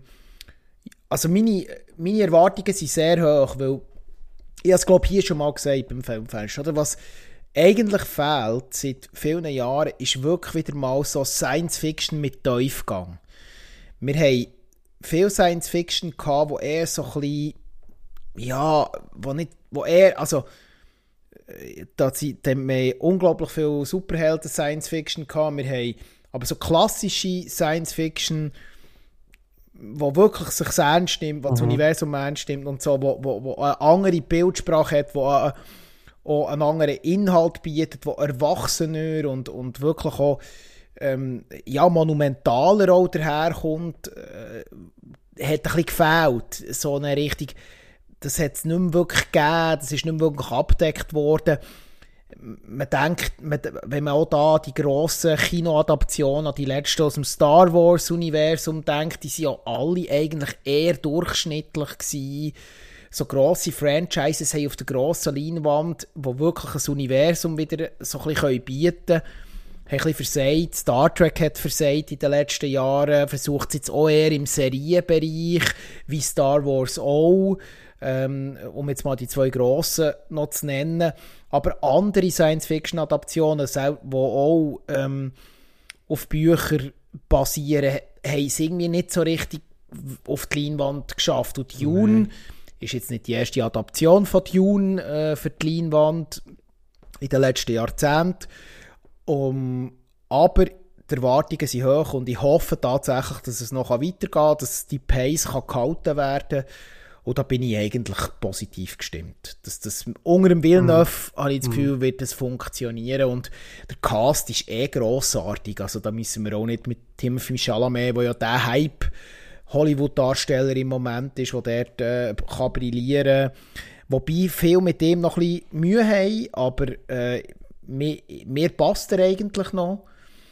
Also meine, meine Erwartungen sind sehr hoch, weil ich habe es, glaube ich, hier schon mal gesagt beim Filmfest, oder? Was eigentlich fehlt seit vielen Jahren, ist wirklich wieder mal so Science-Fiction mit Tiefgang. Wir haben viel Science-Fiction gehabt, wo eher so ein bisschen, ja, wo nicht, wo eher, also da haben wir unglaublich viel Superhelden-Science-Fiction gehabt, wir haben aber so klassische Science-Fiction, wo wirklich sich ernst nimmt, wo mhm. das Universum ernst nimmt und so, wo, wo, wo eine andere Bildsprache hat, wo eine, auch einen anderen Inhalt bietet, wo erwachsener und, und wirklich auch ähm, ja, monumentaler auch daherkommt, äh, hat ein bisschen gefehlt. So eine Richtung, das hat es nicht mehr wirklich gegeben, das ist nicht mehr wirklich abgedeckt worden. man denkt, man, wenn man auch da die grossen Kinoadaptionen an die letzten aus dem Star Wars-Universum denkt, die sind ja alle eigentlich eher durchschnittlich gewesen. So grosse Franchises haben auf der grossen Leinwand, wo wirklich ein Universum wieder so ein bisschen bieten können, haben ein bisschen versagt. Star Trek hat versagt in den letzten Jahren, versucht es jetzt auch eher im Serienbereich, wie Star Wars auch, ähm, um jetzt mal die zwei grossen noch zu nennen. Aber andere Science-Fiction-Adaptionen, die auch ähm, auf Büchern basieren, haben es irgendwie nicht so richtig auf die Leinwand geschafft. Und Dune mhm. ist jetzt nicht die erste Adaption von Dune äh, für die Leinwand in den letzten Jahrzehnten. Um, aber die Erwartungen sind hoch und ich hoffe tatsächlich, dass es noch weitergehen kann, dass die Pace kann gehalten werden kann. Und da bin ich eigentlich positiv gestimmt. Dass das unter dem Villeneuve, mm. habe ich das Gefühl, mm. wird das funktionieren. Und der Cast ist eh grossartig. Also da müssen wir auch nicht mit Timothée Chalamet, der ja der Hype Hollywood-Darsteller im Moment ist, der dort äh, kann brillieren kann. Wobei viele mit dem noch ein bisschen Mühe haben, aber äh, mir, mir passt er eigentlich noch.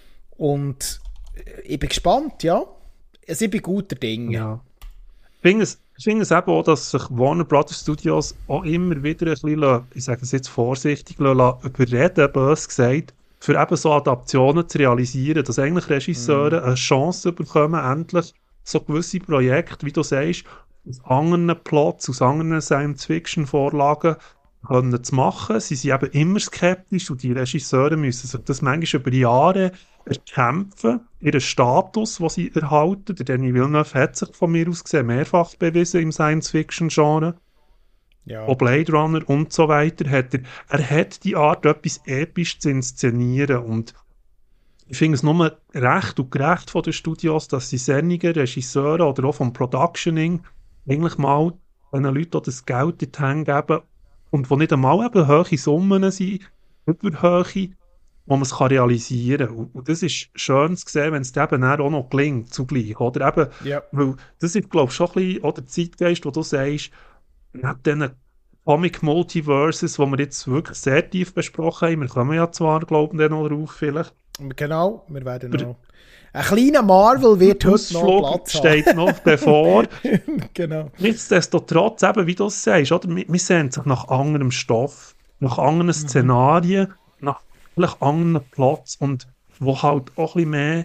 Und ich bin gespannt, ja. Also ich bin guter Dinge. Ja. Ich finde es, ich finde es eben auch, dass sich Warner Brothers Studios auch immer wieder ein bisschen, ich sage es jetzt vorsichtig, überreden, bös gesagt, für eben so Adaptionen zu realisieren, dass eigentlich Regisseure mm. eine Chance bekommen, endlich so gewisse Projekte, wie du sagst, aus anderen Plots, aus anderen Science-Fiction-Vorlagen können zu machen. Sie sind eben immer skeptisch und die Regisseure müssen sich das manchmal über Jahre erkämpfen, ihren Status, den sie erhalten. Der Denis Villeneuve hat sich von mir aus gesehen mehrfach bewiesen im Science-Fiction-Genre. Ja. Auch Blade Runner und so weiter. Hat er, er hat die Art, etwas episch zu inszenieren und ich finde es nur recht und gerecht von den Studios, dass die Sendungen, Regisseure oder auch vom Productioning eigentlich mal den Leuten das Geld in die Hände geben und wo nicht einmal eben hohe Summen sind, überhohe, wo man es kann realisieren kann. Und, und das ist schön zu sehen, wenn es eben auch noch gelingt, zugleich. Oder eben, ja. Weil das ist, glaube ich, schon ein bisschen auch der Zeitgeist, wo du sagst, neben diesen Comic-Multiverses, die wir jetzt wirklich sehr tief besprochen haben, wir kommen ja zwar, glaube ich, dann noch drauf vielleicht. Genau, wir werden noch... Ein kleiner Marvel wird heute noch Platz steht haben. noch bevor. Genau. Nichtsdestotrotz, eben, wie du es sagst, oder? Wir, wir sehen sich nach anderem Stoff, nach anderen mhm. Szenarien, nach vielleicht anderen Plots und wo halt auch ein bisschen mehr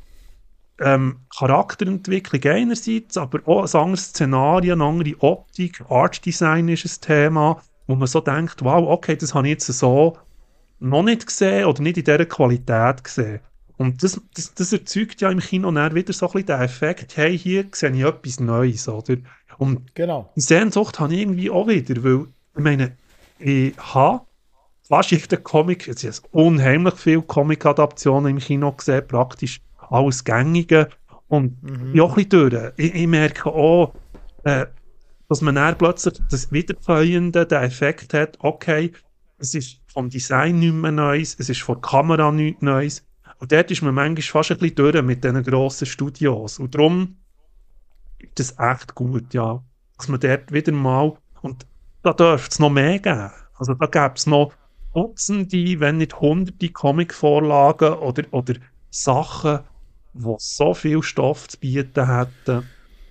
ähm, Charakterentwicklung einerseits, aber auch ein anderes Szenario, eine andere Optik, Artdesign ist ein Thema, wo man so denkt, wow, okay, das habe ich jetzt so noch nicht gesehen oder nicht in dieser Qualität gesehen. Und das, das, das erzeugt ja im Kino dann wieder so ein bisschen den Effekt, hey, hier sehe ich etwas Neues, oder? Und genau. die Sehnsucht habe ich irgendwie auch wieder, weil, ich meine, ich habe fast jeden Comic, jetzt habe ich unheimlich viele Comic-Adaptionen im Kino gesehen, praktisch alles Gängige. Und mhm. ich auch ein bisschen durch. Ich, ich merke auch, äh, dass man dann plötzlich das Wiederkäuende, den Effekt hat, okay, es ist vom Design nichts mehr Neues, es ist von der Kamera nichts Neues. Und dort ist man manchmal fast ein bisschen durch mit diesen grossen Studios. Und darum ist das echt gut, ja. Dass man dort wieder mal, und da dürfte es noch mehr geben. Also da gäbe es noch Dutzende, wenn nicht hunderte Comic-Vorlagen oder, oder Sachen, die so viel Stoff zu bieten hätten.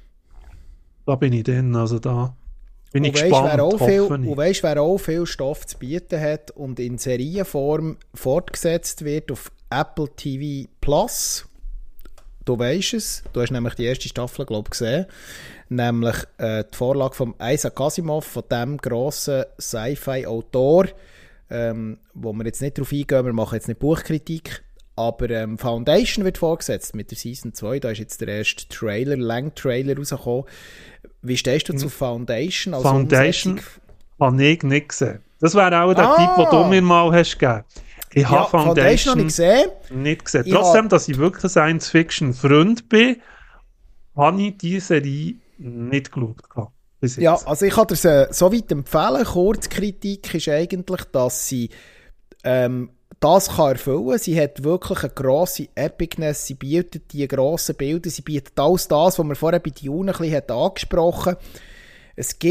Da bin ich dann, also da bin ich und gespannt, weißt, viel, und weisst, wer auch viel Stoff zu bieten hat und in Serienform fortgesetzt wird auf Apple T V Plus. Du weisst es, du hast nämlich die erste Staffel, glaube ich, gesehen. Nämlich äh, die Vorlage von Isaac Asimov, von dem grossen Sci-Fi-Autor, ähm, wo wir jetzt nicht darauf eingehen, wir machen jetzt nicht Buchkritik, aber ähm, Foundation wird vorgesetzt mit der Season zwei, da ist jetzt der erste Trailer, Lang-Trailer rausgekommen. Wie stehst du zu Foundation als Foundation habe ich nicht gesehen. Das wäre auch der ah. Tipp, den du mir mal hast gegeben. Ich ja, habe Foundation, Foundation nicht gesehen. Nicht gesehen. Ich Trotzdem, dass ich wirklich ein Science-Fiction-Freund bin, habe ich diese Serie nicht geschaut. Ja, also ich kann dir sie so weit empfehlen. Kurzkritik ist eigentlich, dass sie ähm, das kann erfüllen. Sie hat wirklich eine grosse Epicness, sie bietet die grossen Bilder, sie bietet alles das, was wir vorher bei Dune ein bisschen angesprochen haben. Es gibt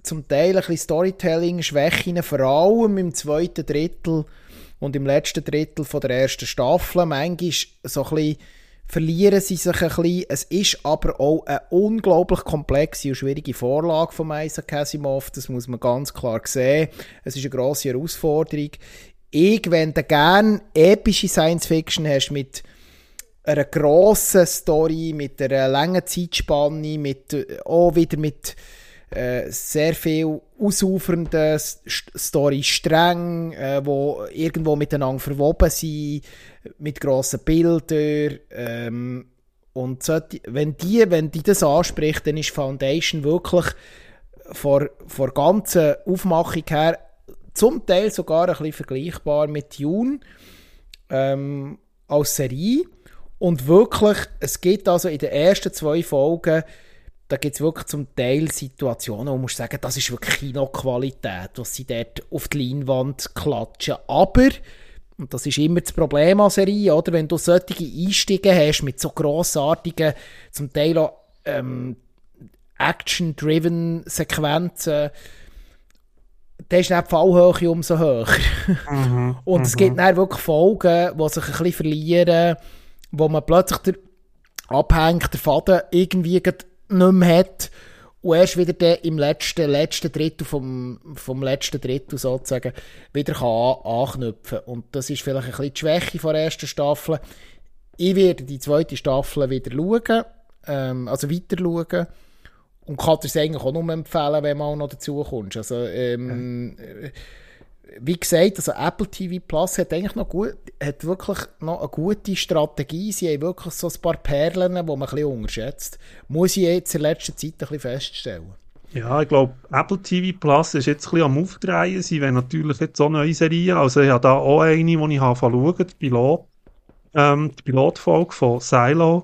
zum Teil ein bisschen Storytelling-Schwächen, vor allem im zweiten Drittel und im letzten Drittel von der ersten Staffel. Manchmal so ein bisschen verlieren sie sich ein bisschen. Es ist aber auch eine unglaublich komplexe und schwierige Vorlage von Isaac Asimov. Das muss man ganz klar sehen. Es ist eine grosse Herausforderung. Ich, wenn du gerne epische Science-Fiction hast mit einer grossen Story, mit einer langen Zeitspanne, mit, auch wieder mit äh, sehr viel ausufernden Story-Strängen, äh, die irgendwo miteinander verwoben sind, mit grossen Bildern. Ähm, und so, wenn, die, wenn die das anspricht, dann ist Foundation wirklich von der ganzen Aufmachung her zum Teil sogar ein bisschen vergleichbar mit Dune ähm, als Serie. Und wirklich, es gibt also in den ersten zwei Folgen, da gibt es wirklich zum Teil Situationen, wo man muss sagen, das ist wirklich Kinoqualität, was sie dort auf die Leinwand klatschen. Aber, und das ist immer das Problem an Serie, oder? Wenn du solche Einstiege hast mit so grossartigen, zum Teil auch ähm, action-driven Sequenzen, dann ist dann die Fallhöhe umso höher. Mhm, und es gibt dann wirklich Folgen, die sich ein bisschen verlieren, wo man plötzlich der abhängt, der Faden irgendwie nicht mehr hat und erst wieder der im letzten, letzten Drittel vom, vom letzten Drittel sozusagen wieder kann an, anknüpfen. Und das ist vielleicht ein bisschen die Schwäche von der ersten Staffel. Ich werde die zweite Staffel wieder schauen, ähm, also weiter schauen. Und kann dir es eigentlich auch nur empfehlen, wenn man auch noch dazu kommst. Also, ähm, ja. Wie gesagt, also Apple T V Plus hat eigentlich noch gut, hat wirklich noch eine gute Strategie. Sie haben wirklich so ein paar Perlen, die man ein bisschen unterschätzt. Muss ich jetzt in letzter Zeit ein bisschen feststellen. Ja, ich glaube, Apple T V Plus ist jetzt ein bisschen am Aufdrehen. Sie wollen natürlich jetzt auch neue Serien. Also ich habe da auch eine, die ich schaue, die Pilot, ähm, die Pilotfolge von Silo.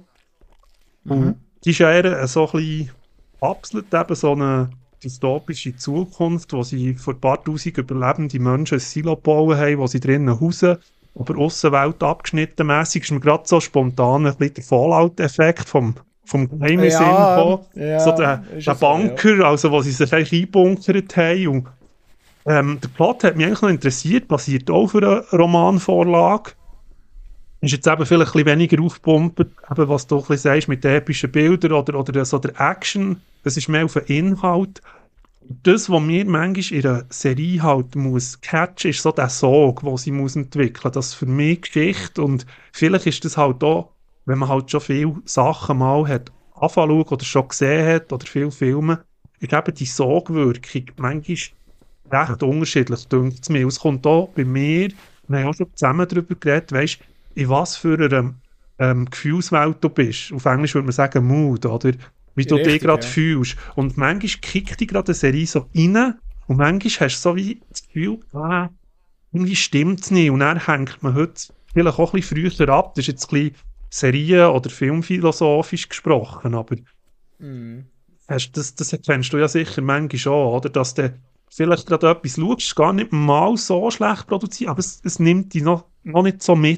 Mhm. Die ist eher so ein bisschen absolut eben so eine dystopische Zukunft, wo sie vor ein paar tausend überlebende Menschen ein Silo gebaut haben, wo sie drinnen hausen, aber Aussenwelt abgeschnitten mässig ist mir gerade so spontan ein bisschen der Fallout-Effekt vom, vom Geheimnis ja, gekommen. Ja, so der, der Bunker, so, ja. Also wo sie sich eigentlich einbunkert haben. Und, ähm, der Plot hat mich eigentlich noch interessiert, basiert auch auf einer Romanvorlage. Ist jetzt eben vielleicht ein bisschen weniger aufgepumpt, eben was du ein bisschen sagst mit den epischen Bildern oder, oder so der Action. Das ist mehr auf den Inhalt. Das, was mir manchmal in einer Serie halt muss catchen, ist so der Sog, den sie muss entwickeln muss. Das ist für mich Geschichte und vielleicht ist das halt auch, wenn man halt schon viele Sachen mal hat anfangen oder schon gesehen hat oder viele Filme, ich glaube, die Sogwirkung manchmal recht unterschiedlich, denkt es mir. Es kommt auch bei mir, wir haben auch schon zusammen darüber geredet, weißt, in was für einer ähm, Gefühlswelt du bist. Auf Englisch würde man sagen Mood, oder? Wie du dich gerade ja. fühlst. Und manchmal kickt dich gerade eine Serie so rein und manchmal hast du so wie das Gefühl, ah, irgendwie stimmt es nicht. Und dann hängt man heute vielleicht auch ein bisschen früher ab. Das ist jetzt ein bisschen Serien- oder Filmphilosophisch gesprochen, aber mhm. hast, das, das kennst du ja sicher manchmal schon, oder? Dass du vielleicht gerade etwas schaust, gar nicht mal so schlecht produziert, aber es, es nimmt dich noch, noch nicht so mit.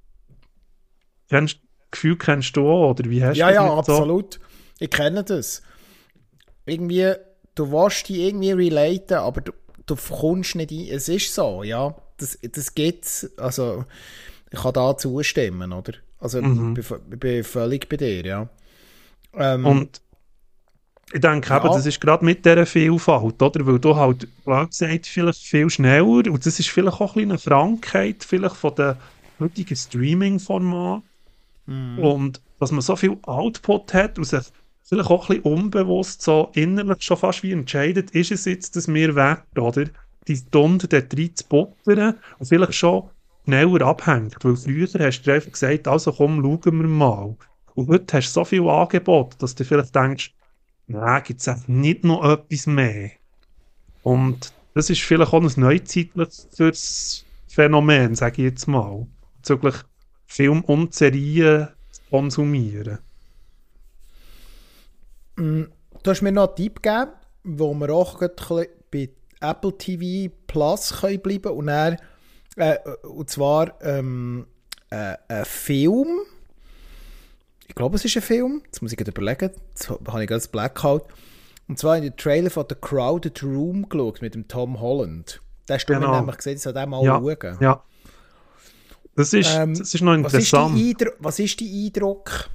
Kennst, das Gefühl kennst du auch, oder wie hast ja, du das? Ja, ja, absolut. So? Ich kenne das. Irgendwie, du willst dich irgendwie relaten, aber du, du kommst nicht ein. Es ist so, ja. Das, das gibt's. Also, ich kann da zustimmen, oder? Also, mhm. ich, bin, ich bin völlig bei dir, ja. Ähm, Und ich denke ja. eben, das ist gerade mit dieser Vielfalt, oder? Weil du halt, klar gesagt, vielleicht viel schneller, und das ist vielleicht auch ein bisschen eine Krankheit, vielleicht von den heutigen Streaming-Formaten. Mhm. Und dass man so viel Output hat und sich vielleicht auch ein bisschen unbewusst so innerlich schon fast wie entscheidet, ist es jetzt das mir wert, oder? Die Stunde dort rein zu buttern und vielleicht schon schneller abhängt. Weil früher hast du einfach gesagt, also komm, schauen wir mal. Und heute hast du so viel Angebot, dass du vielleicht denkst, nein, gibt es nicht noch etwas mehr. Und das ist vielleicht auch ein neuzeitliches Phänomen, sage ich jetzt mal. Bezüglich Film und Serien zu konsumieren. Du hast mir noch einen Tipp gegeben, wo wir auch bei Apple T V Plus können bleiben und dann, äh, und zwar ähm, äh, ein Film. Ich glaube, es ist ein Film. Jetzt muss ich gerade überlegen. Jetzt habe ich gerade das Blackout. Und zwar in den Trailer von The Crowded Room geschaut mit dem Tom Holland. Da hast du genau. mir nämlich gesehen, ich soll den mal ja. schauen. Ja. Das ist, ähm, das ist noch interessant. Was ist, Eindru- was ist dein Eindruck?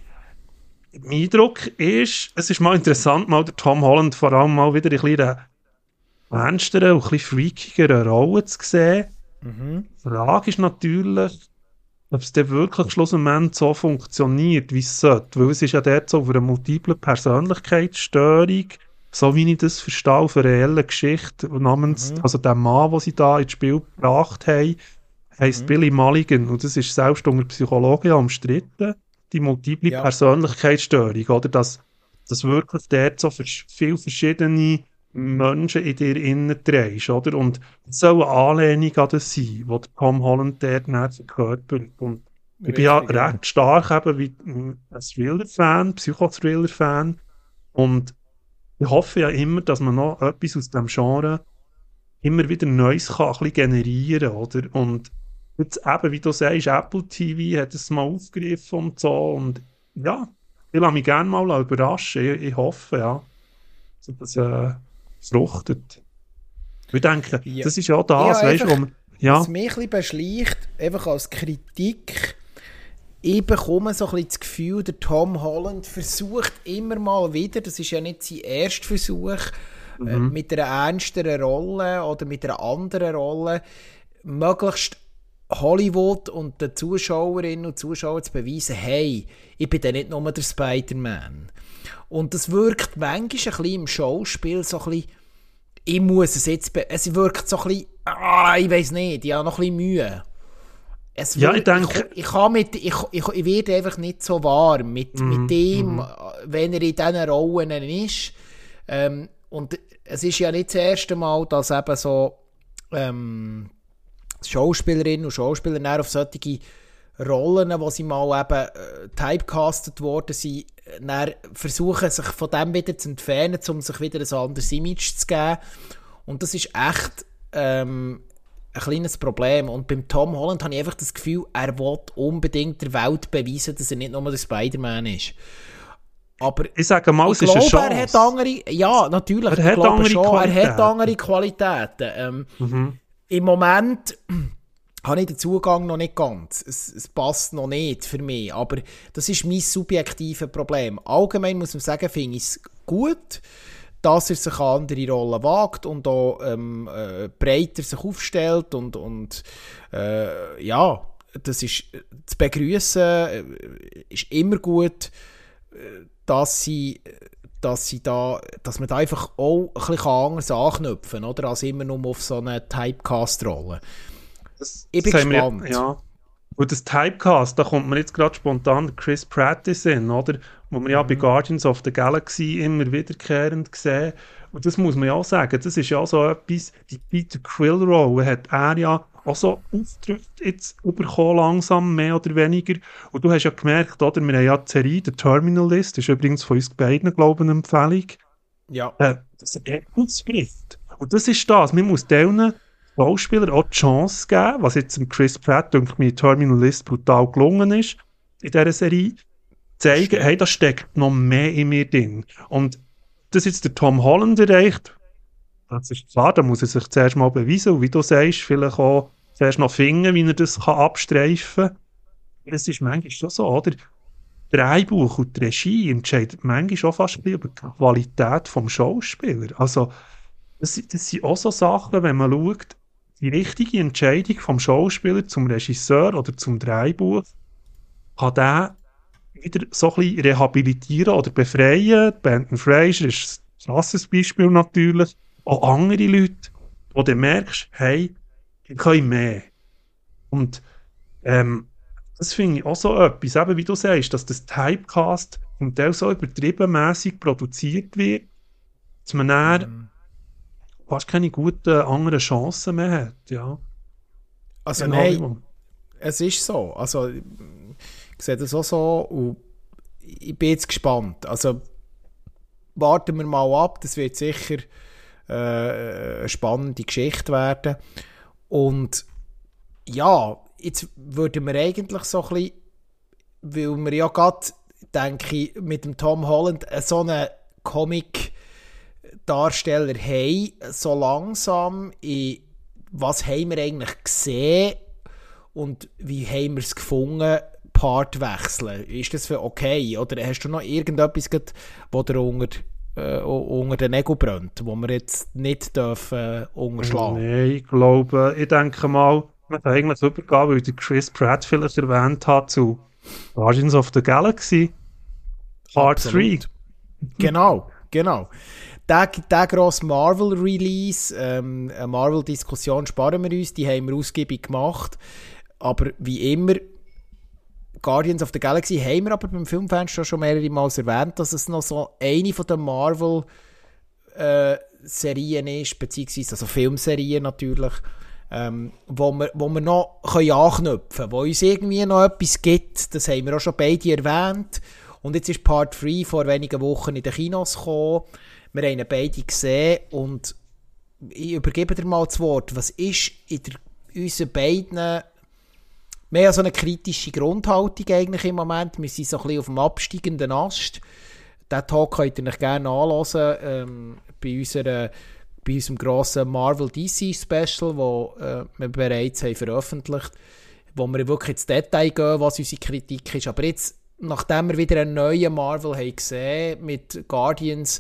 Mein Eindruck ist, es ist mal interessant, mal der Tom Holland vor allem mal wieder in einer ernsteren und ein bisschen freakigeren Rolle zu sehen. Mhm. Die Frage ist natürlich, ob es dann wirklich schlussendlich so funktioniert, wie es sollte. Weil es ist ja dort so auf einer multiplen Persönlichkeitsstörung, so wie ich das verstehe, auf einer reellen Geschichte namens, mhm. also der Mann, den sie da ins Spiel gebracht haben, heisst mhm. Billy Mulligan. Und das ist selbst unter Psychologen umstritten, die multiple ja. Persönlichkeitsstörung, oder? Dass, dass wirklich dort so viele verschiedene Menschen in dir innen trägst, oder? Und es soll eine Anlehnung an das sein, was Tom Holland dort nicht verkörpert. Und ich bin ja recht stark eben wie ein Thriller-Fan, Psychothriller-Fan. Und ich hoffe ja immer, dass man noch etwas aus diesem Genre immer wieder Neues kann, ein bisschen generieren, oder? Und jetzt eben, wie du sagst, Apple T V hat es mal aufgegriffen und so. Und ja, ich lasse mich gerne mal überraschen. Ich, ich hoffe, ja, dass es äh, fruchtet. Ich denke, ja. das ist ja das, ja, weißt du, um, ja. was mich ein bisschen beschleicht, einfach als Kritik, ich bekomme so ein bisschen das Gefühl, der Tom Holland versucht immer mal wieder, das ist ja nicht sein erster Versuch, mhm. äh, mit einer ernsteren Rolle oder mit einer anderen Rolle, möglichst Hollywood und den Zuschauerinnen und Zuschauern zu beweisen, hey, ich bin ja nicht nur der Spider-Man. Und das wirkt manchmal ein bisschen im Schauspiel so ein bisschen, ich muss es jetzt, be- es wirkt so ein bisschen, ah, ich weiss nicht, ich habe noch ein bisschen Mühe. Es ja, wirkt, ich denke... Ich, ich, kann mit, ich, ich, ich werde einfach nicht so warm mit, mm, mit dem, mm. wenn er in diesen Rollen ist. Ähm, und es ist ja nicht das erste Mal, dass eben so ähm, Schauspielerinnen und Schauspieler dann auf solche Rollen, wo sie mal eben äh, typecastet worden sind, dann versuchen, sich von dem wieder zu entfernen, um sich wieder ein anderes Image zu geben. Und das ist echt ähm, ein kleines Problem. Und beim Tom Holland habe ich einfach das Gefühl, er will unbedingt der Welt beweisen, dass er nicht nur der Spider-Man ist. Aber ich sage mal, es ist eine Chance. Er hat andere, ja, natürlich, er hat andere schon, Qualitäten. Er hat andere Qualitäten. Ähm, mhm. Im Moment habe ich den Zugang noch nicht ganz. Es, es passt noch nicht für mich, aber das ist mein subjektives Problem. Allgemein muss man sagen, finde ich es gut, dass er sich an andere Rollen wagt und auch ähm, äh, breiter sich aufstellt und, und äh, ja, das ist zu begrüßen, äh, ist immer gut, äh, dass sie dass sie da, dass man da einfach auch ein bisschen anders anknüpfen kann, oder? Als immer nur auf so eine Typecast-Rolle. Das, ich bin das gespannt. Wir, ja. Und das Typecast, da kommt mir jetzt gerade spontan Chris Pratt in, oder? Wo wir ja mhm. bei Guardians of the Galaxy immer wiederkehrend sehen. Und das muss man ja auch sagen, das ist ja auch so etwas, die Peter Quill-Rolle hat er ja auch so Auftritt jetzt bekommen, langsam, mehr oder weniger. Und du hast ja gemerkt, oder? Wir haben ja die Serie, der Terminal List, das ist übrigens von uns beiden, glaube ich, eine Empfehlung. Ja. Äh, das ist gut Skript. Und das ist das, man muss denen Schauspieler auch die Chance geben, was jetzt dem Chris Pratt, denke ich, mit Terminal List brutal gelungen ist, in dieser Serie, zeigen, hey, da steckt noch mehr in mir drin. Und das jetzt der Tom Holland erreicht, das ist klar, da muss er sich zuerst mal beweisen, und wie du sagst, vielleicht auch zuerst noch finden, wie er das kann abstreifen kann. Es ist manchmal schon so, oder? Drehbuch und die Regie entscheidet manchmal schon fast über die Qualität des Schauspielers. Also, das, das sind auch so Sachen, wenn man schaut, die richtige Entscheidung vom Schauspieler zum Regisseur oder zum Drehbuch kann der wieder so ein bisschen rehabilitieren oder befreien. Brandon Fraser ist ein krasses Beispiel natürlich. Auch andere Leute, wo du merkst, hey, ich kann mehr. Und ähm, das finde ich auch so etwas, eben wie du sagst, dass das Typecast zum Teil so übertriebenmässig produziert wird, dass man dann mm. fast keine guten anderen Chancen mehr hat. Ja. Also genau, nein, es ist so. Also ich sehe das auch so und ich bin jetzt gespannt. Also warten wir mal ab, das wird sicher äh, eine spannende Geschichte werden. Und ja, jetzt würden wir eigentlich so ein bisschen, weil wir ja gerade, denke ich, mit dem Tom Holland so einen Comic Darsteller haben, so langsam in was haben wir eigentlich gesehen und wie haben wir es gefunden, Part wechseln. Ist das für okay? Oder hast du noch irgendetwas, das dir unter, äh, unter den Nägeln brennt, wo wir jetzt nicht dürfen äh, unterschlagen? Nein, ich glaube, ich denke mal, man kann eigentlich übergehen, weil der Chris Pratt vielleicht erwähnt hat, zu Guardians of the Galaxy Part drei. Genau, genau. Der, der grosse Marvel-Release, ähm, eine Marvel-Diskussion sparen wir uns, die haben wir ausgiebig gemacht. Aber wie immer, Guardians of the Galaxy haben wir aber beim Filmfenster schon mehrere Mal erwähnt, dass es noch so eine von den Marvel-Serien äh, ist, beziehungsweise also Filmserien natürlich, ähm, wo, wir, wo wir noch können anknüpfen können, wo uns irgendwie noch etwas gibt. Das haben wir auch schon beide erwähnt. Und jetzt ist Part drei vor wenigen Wochen in den Kinos gekommen. Wir haben ihn beide gesehen und ich übergebe dir mal das Wort. Was ist in der, unseren beiden mehr so eine kritische Grundhaltung eigentlich im Moment? Wir sind so ein bisschen auf dem absteigenden Ast. Diesen Talk könnt ihr euch gerne anhören ähm, bei, unserer, bei unserem grossen Marvel-D C-Special, das äh, wir bereits haben veröffentlicht haben, wo wir wirklich ins Detail gehen, was unsere Kritik ist. Aber jetzt, nachdem wir wieder einen neuen Marvel haben gesehen mit Guardians,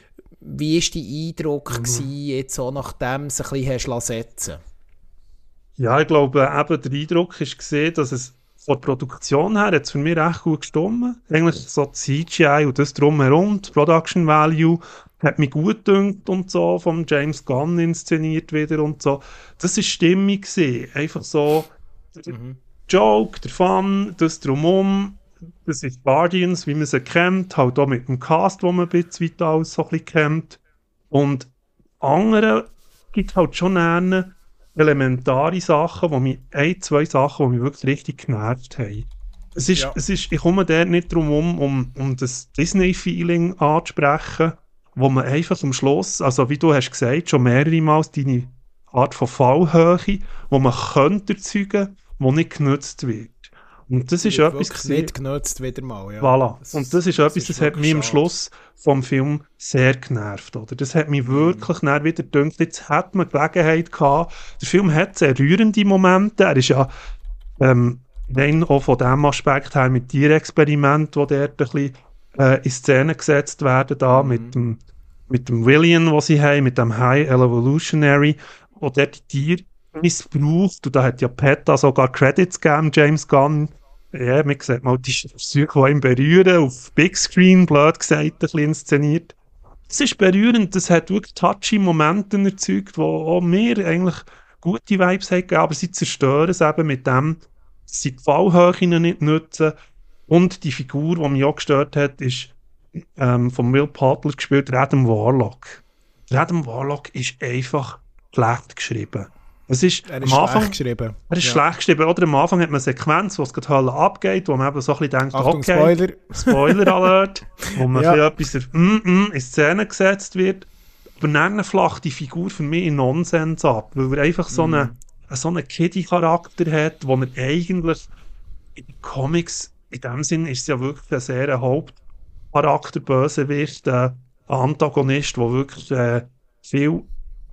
wie war dein Eindruck mhm. gewesen, jetzt so nachdem es ein bisschen hast setzen? Ja, ich glaube, eben der Eindruck ist gesehen, dass es von der Produktion her jetzt für mich recht gut gestimmt. Eigentlich so die C G I und das drumherum, die Production Value, hat mich gut gedünkt und so, vom James Gunn inszeniert wieder und so. Das war stimmig gewesen. Einfach so der mhm. Joke, der Fun, das drumherum. Das ist Guardians, wie man sie kennt, halt auch mit dem Cast, wo man ein bisschen weit alles so ein bisschen kennt. Und andere gibt halt schon eine elementare Sachen, wo mich, ein, zwei Sachen, die mich wirklich richtig genervt haben. Es ist, ja. es ist, ich komme dort nicht drum um, um, um das Disney-Feeling anzusprechen, wo man einfach am Schluss, also wie du hast gesagt, schon mehrere Mal deine Art von Fallhöhe, wo man könnte erzeugen, wo nicht genutzt wird. Und das ist etwas gewesen, nicht genutzt wieder mal, ja. Voilà. Das, und das ist das etwas, ist das hat mich am Schluss vom Film sehr genervt, oder? Das hat mich wirklich mhm. wieder gedacht, jetzt hat man Gelegenheit gehabt. Der Film hat sehr rührende Momente. Er ist ja ähm, rein auch von dem Aspekt her mit Tierexperimenten, die dort ein bisschen äh, in Szene gesetzt werden, da mhm. mit dem mit dem William, den sie haben, mit dem High Evolutionary, wo dort die Tiere missbraucht. Und da hat ja PETA sogar Credits gegeben, James Gunn. Ja, man sieht mal die Versuche, die ihn berühren, auf Big Screen, blöd gesagt, ein bisschen inszeniert. Das ist berührend, das hat wirklich touchy Momente erzeugt, die auch mir eigentlich gute Vibes haben gegeben, aber sie zerstören es eben mit dem, dass sie die Fallhöhe nicht nutzen. Und die Figur, die mich auch gestört hat, ist ähm, von Will Butler gespielt, Adam Warlock. Adam Warlock ist einfach schlecht geschrieben. Es ist er ist am Anfang, schlecht geschrieben. Er ist ja. schlecht geschrieben. Oder am Anfang hat man eine Sequenz, wo es gerade Hölle abgeht, wo man eben so ein bisschen denkt, Achtung, okay, Spoiler. Spoiler-Alert, wo man ja. etwas mm, mm, in Szene gesetzt wird. Aber dann flacht die Figur für mich in Nonsens ab, weil er einfach so mm. einen, so einen Kiddie-Charakter hat, wo er eigentlich in den Comics, in dem Sinn ist es ja wirklich ein sehr Hauptcharakter, Bösewicht, ein Antagonist, der wirklich äh, viel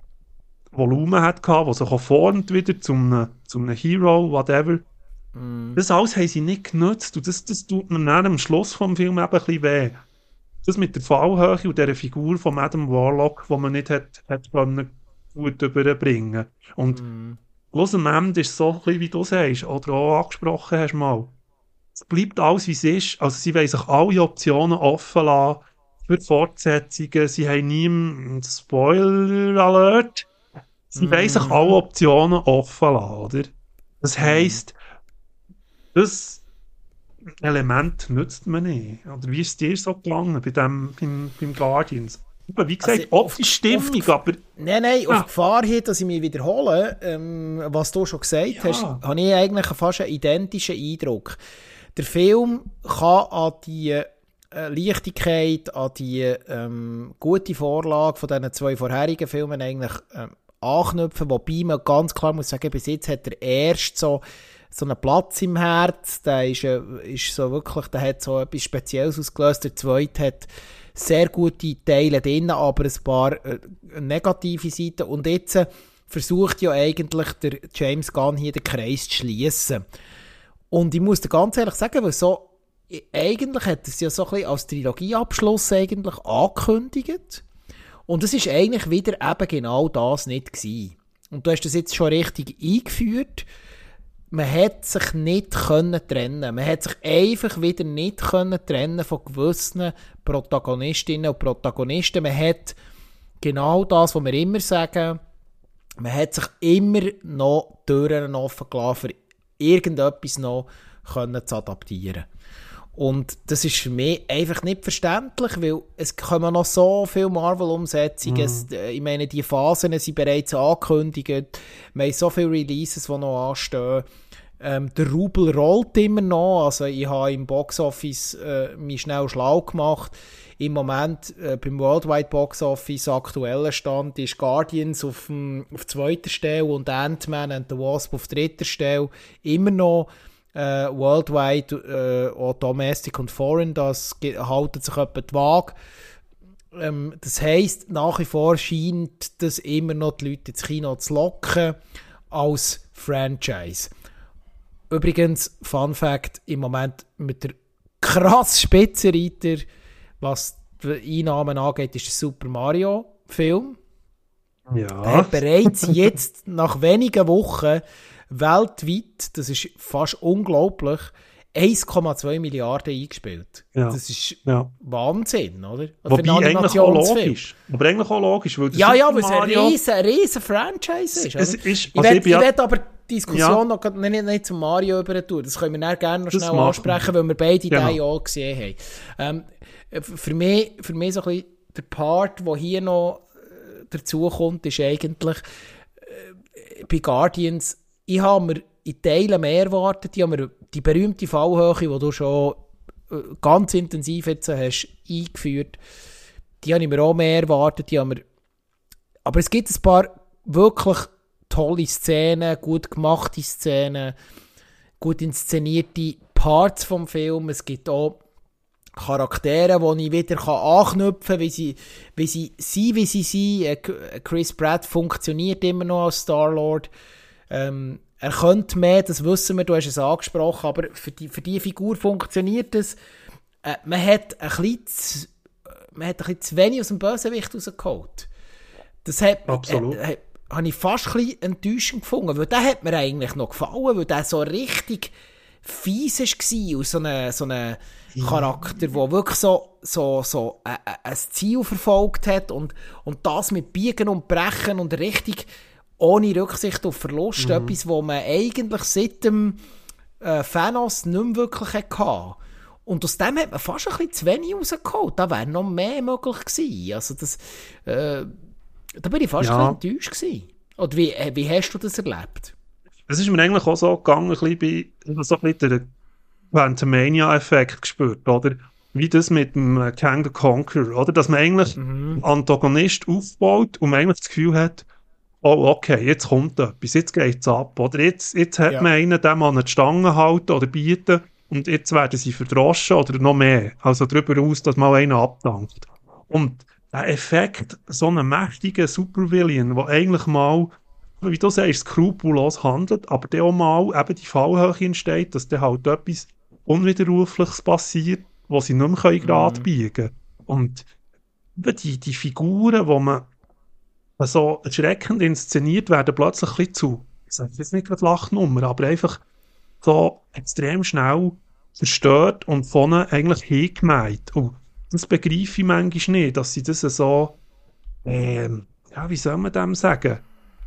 Volumen hat gehabt, was sich auch formt wieder zum zum Hero, whatever. Mm. Das alles haben sie nicht genutzt und das, das tut mir dann am Schluss vom Film eben ein bisschen weh. Das mit der Fallhöhe und dieser Figur von Adam Warlock, die man nicht hat, hat können gut überbringen. Und mm. bloß am Ende ist es so ein bisschen, wie du sagst, oder auch angesprochen hast mal. Es bleibt alles, wie es ist. Also sie wollen sich alle Optionen offen lassen für Fortsetzungen. Sie haben nie einen Spoiler-Alert. Sie mm. wollen sich alle Optionen offen lassen, oder? Das heisst, das Element nützt man nicht. Oder wie ist es dir so gegangen bei dem, beim, beim Guardians? Wie gesagt, also, oft die Stimmung, auf, aber... Nein, nein, ja. auf Gefahr hin, dass ich mich wiederhole, ähm, was du schon gesagt ja. hast, habe ich eigentlich fast einen identischen Eindruck. Der Film kann an die äh, Leichtigkeit, an die ähm, gute Vorlage von diesen zwei vorherigen Filmen eigentlich ähm, anknüpfen, wobei man ganz klar muss sagen, bis jetzt hat er erst so, so einen Platz im Herz, der ist, äh, ist so wirklich, der hat so etwas Spezielles ausgelöst, der zweite hat sehr gute Teile drin, aber ein paar äh, negative Seiten. Und jetzt äh, versucht ja eigentlich der James Gunn hier den Kreis zu schließen. Und ich muss dir ganz ehrlich sagen, weil so, eigentlich hat es ja so ein bisschen als Trilogieabschluss eigentlich angekündigt. Und es ist eigentlich wieder eben genau das nicht gewesen. Und du hast das jetzt schon richtig eingeführt. Man hätte sich nicht können trennen. Man hätte sich einfach wieder nicht können trennen von gewissen Protagonistinnen und Protagonisten. Man hat genau das, was wir immer sagen, man hat sich immer noch Türen offen gelassen, für irgendetwas noch können zu adaptieren. Und das ist für mich einfach nicht verständlich, weil es kommen noch so viele Marvel-Umsetzungen. Mhm. Ich meine, die Phasen sind bereits angekündigt. Wir haben so viele Releases, die noch anstehen. Ähm, der Rubel rollt immer noch. Also ich habe im Boxoffice äh, mich schnell schlau gemacht. Im Moment äh, beim Worldwide Boxoffice aktueller Stand ist Guardians auf, dem, auf zweiter Stelle und Ant-Man and the Wasp auf dritter Stelle. Immer noch Uh, worldwide, uh, auch domestic und foreign, das halten sich etwa die Waage. Ähm, das heisst, nach wie vor scheint das immer noch die Leute ins Kino zu locken als Franchise. Übrigens, Fun Fact, im Moment mit der krass Spitzenreiter, was die Einnahmen angeht, ist der Super Mario Film. Ja. Der hat bereits jetzt, nach wenigen Wochen, weltweit, das ist fast unglaublich, eins Komma zwei Milliarden eingespielt. Ja. Das ist ja. Wahnsinn, oder? Wobei eigentlich auch logisch. Aber eigentlich auch logisch, weil ja, ja, weil es ein riesen, riesen Franchise ist. Es, es ist ich also will ja, aber die Diskussion ja. noch nicht, nicht zum Mario über tun. Das können wir dann gerne noch das schnell ansprechen, weil wir beide genau. den auch gesehen haben. Ähm, für, mich, für mich so ein bisschen der Part, der hier noch dazu kommt, ist eigentlich äh, bei Guardians. Ich habe mir in Teilen mehr erwartet. Ich habe mir die berühmte Fallhöhe, die du schon ganz intensiv jetzt hast eingeführt, die habe ich mir auch mehr erwartet. Die haben mir Aber es gibt ein paar wirklich tolle Szenen, gut gemachte Szenen, gut inszenierte Parts vom Film. Es gibt auch Charaktere, die ich wieder anknüpfen kann, wie sie, wie sie sind, wie sie sind. Chris Pratt funktioniert immer noch als Star-Lord. Ähm, er könnte mehr, das wissen wir, du hast es angesprochen, aber für die, für die Figur funktioniert es. Äh, man, hat ein bisschen zu, man hat ein bisschen zu wenig aus dem Bösewicht rausgeholt. Das hat, Absolut. Äh, äh, habe ich fast ein bisschen enttäuschend gefunden, weil der hat mir eigentlich noch gefallen, weil der so richtig fies war und so ein so eine Charakter, der wirklich so, so, so äh, ein Ziel verfolgt hat und, und das mit Biegen und Brechen und richtig ohne Rücksicht auf Verlust, mhm. etwas, was man eigentlich seit dem äh, Thanos nicht mehr wirklich hatte. Und aus dem hat man fast ein bisschen zu wenig rausgeholt. Da wäre noch mehr möglich gewesen. Also das, äh, da bin ich fast ja. ein bisschen enttäuscht gewesen. Oder wie, äh, wie hast du das erlebt? Es ist mir eigentlich auch so gegangen, ein bisschen bei so ein bisschen der Quantumania-Effekt gespürt, oder? Wie das mit dem äh, Kang the Conqueror, oder? Dass man eigentlich mhm. einen Antagonist aufbaut und man eigentlich das Gefühl hat, oh, okay, jetzt kommt etwas, jetzt geht es ab. Oder jetzt, jetzt hat ja. man einen, den man an die Stange halten oder bieten und jetzt werden sie verdroschen oder noch mehr. Also darüber aus, dass mal einer abdankt. Und der Effekt, so einen mächtigen Supervillain, der eigentlich mal, wie du sagst, skrupellos handelt, aber der auch mal eben die Fallhöhe entsteht, dass dann halt etwas Unwiderrufliches passiert, wo sie nicht mehr gerade mhm. biegen können. Und die, die Figuren, die man so erschreckend inszeniert werden, plötzlich ein bisschen zu, ich sage jetzt nicht gerade Lachnummer, aber einfach so extrem schnell zerstört und von ihnen eigentlich hingemeint. Und das begreife ich manchmal nicht, dass sie das so, ähm, ja, wie soll man dem sagen?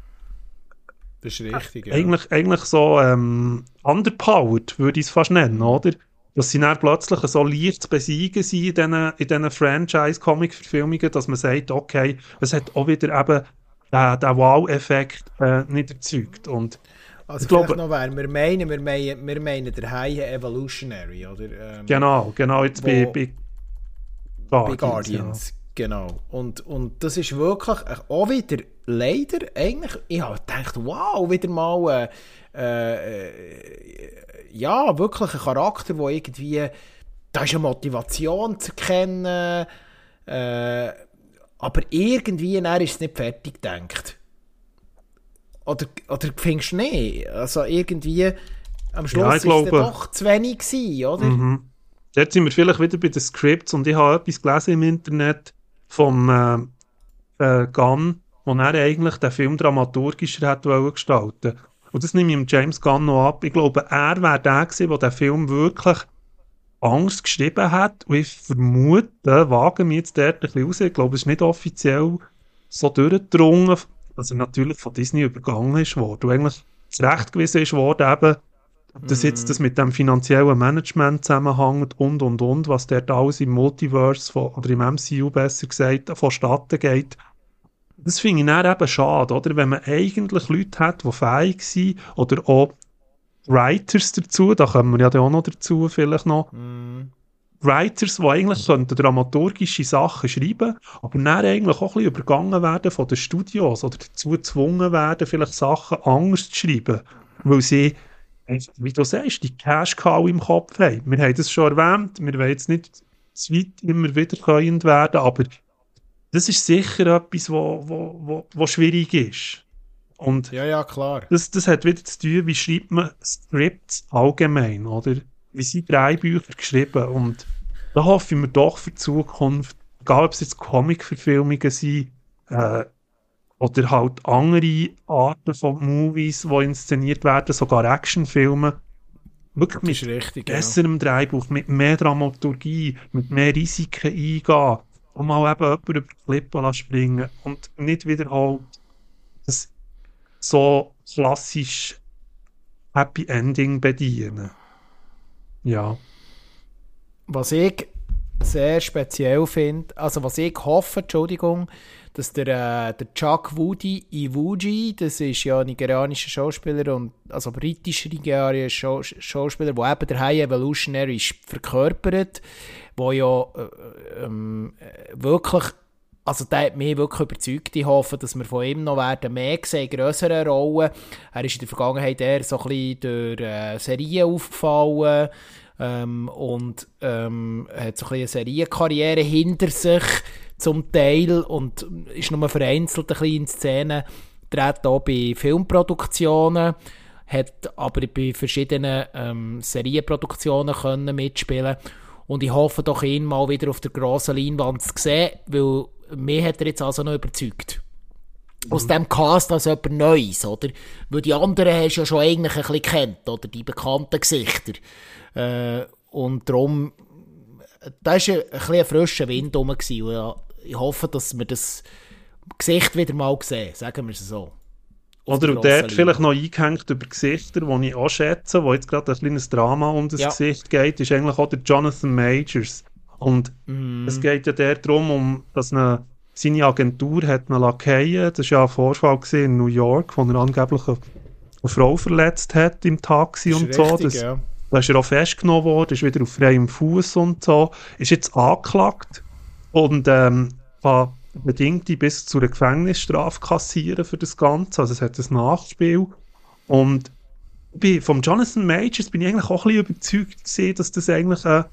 Das ist richtig, ja. Eigentlich, eigentlich so ähm, underpowered, würde ich es fast nennen, oder? Dass sie dann plötzlich so leicht zu besiegen sind in diesen, in diesen Franchise-Comic-Verfilmungen, dass man sagt, okay, es hat auch wieder eben den, den Wow-Effekt äh, nicht erzeugt. Und also ich glaube, noch wäre, wir meinen, wir meinen, wir meinen der High Evolutionary, oder? Ähm, genau, genau, jetzt bei, bei Guardians. Bei Guardians, ja. Genau. Und, und das ist wirklich auch wieder leider eigentlich, ich habe gedacht, wow, wieder mal äh, äh, ja, wirklich ein Charakter, der irgendwie, da ist eine Motivation zu erkennen, Äh, aber irgendwie dann ist es nicht fertig gedacht. Oder, oder findest du nicht? Also irgendwie, am Schluss ja, war es doch zu wenig gewesen, oder? Mhm. Jetzt sind wir vielleicht wieder bei den Scripts und ich habe etwas gelesen im Internet vom äh, äh, Gunn, wo er eigentlich den Film dramaturgischer hätte gestalten. Und das nehme ich dem James Gunn noch ab. Ich glaube, er wäre der gewesen, der den Film wirklich Angst geschrieben hat. Und ich vermute, wage mich jetzt dort ein bisschen raus. Ich glaube, es ist nicht offiziell so durchgedrungen, dass er natürlich von Disney übergangen ist worden. Und eigentlich zurechtgewiesen ist worden, eben, dass jetzt das mit dem finanziellen Management zusammenhängt und, und, und, was dort alles im Multiverse von, oder im M C U besser gesagt vonstatten geht. Das finde ich dann eben schade, oder? Wenn man eigentlich Leute hat, die fähig sind, oder auch Writers dazu, da kommen wir ja dann auch noch dazu vielleicht noch, mm. Writers, die eigentlich könnten dramaturgische Sachen schreiben, aber dann eigentlich auch ein bisschen übergangen werden von den Studios oder dazu gezwungen werden, vielleicht Sachen anders zu schreiben, weil sie, wie du sagst, die Cash-Cow im Kopf haben. Wir haben das schon erwähnt, wir wollen jetzt nicht zu weit immer wiederkäuend werden, aber das ist sicher etwas, wo, wo, wo, wo schwierig ist. Und ja, ja, klar. Das, das hat wieder zu tun, wie schreibt man Skripts allgemein, oder? Wie sind drei Bücher geschrieben? Und da hoffe ich mir doch für die Zukunft, egal ob es jetzt Comic-Verfilmungen sind, äh, oder halt andere Arten von Movies, die inszeniert werden, sogar Actionfilme, wirklich mit richtig, besserem ja. Drehbuch, mit mehr Dramaturgie, mit mehr Risiken eingehen, und mal eben jemanden über die Klippe springen und nicht wieder halt das so klassisch Happy Ending bedienen. Ja. Was ich sehr speziell finde, also was ich hoffe, Entschuldigung, dass der, äh, der Chukwudi Iwuji, das ist ja ein nigerianischer Schauspieler, und, also britisch-nigerianischer Schau Schauspieler, der eben der High Evolutionary verkörpert, der ja äh, ähm, wirklich, also der hat mich wirklich überzeugt. Ich hoffe, dass wir von ihm noch werden mehr sehen, grössere Rollen. Er ist in der Vergangenheit eher so ein bisschen durch äh, Serien aufgefallen ähm, und ähm, hat so ein bisschen eine Serienkarriere hinter sich zum Teil und ist nur vereinzelt ein bisschen in Szenen, tritt auch bei Filmproduktionen, hat aber bei verschiedenen ähm, Serienproduktionen können mitspielen. Und ich hoffe doch, ihn mal wieder auf der grossen Leinwand zu sehen, weil mich hat er jetzt also noch überzeugt. Mhm. Aus dem Cast als jemand Neues, oder? Weil die anderen hast du ja schon eigentlich ein bisschen kennt, oder? Die bekannten Gesichter. Äh, und darum, da war ein, ein bisschen ein frischer Wind rum. Ja, ich hoffe, dass wir das Gesicht wieder mal sehen, sagen wir es so. Oder dort vielleicht noch eingehängt über Gesichter, die ich auch schätze, wo jetzt gerade ein kleines Drama um das ja. Gesicht geht, ist eigentlich auch der Jonathan Majors. Und mm. es geht ja der darum, um, dass eine, seine Agentur hat ihn lackieren. Das war ja ein Vorfall in New York, wo er angeblich eine, eine Frau verletzt hat im Taxi und so. Richtig, das, ja. Da ist er auch festgenommen worden, ist wieder auf freiem Fuß und so. Ist jetzt angeklagt und ähm, kann bedingte bis zu einer Gefängnisstrafe kassieren für das Ganze. Also es hat ein Nachspiel. Und bei, vom Jonathan Majors bin ich eigentlich auch ein bisschen überzeugt gewesen, dass das eigentlich ein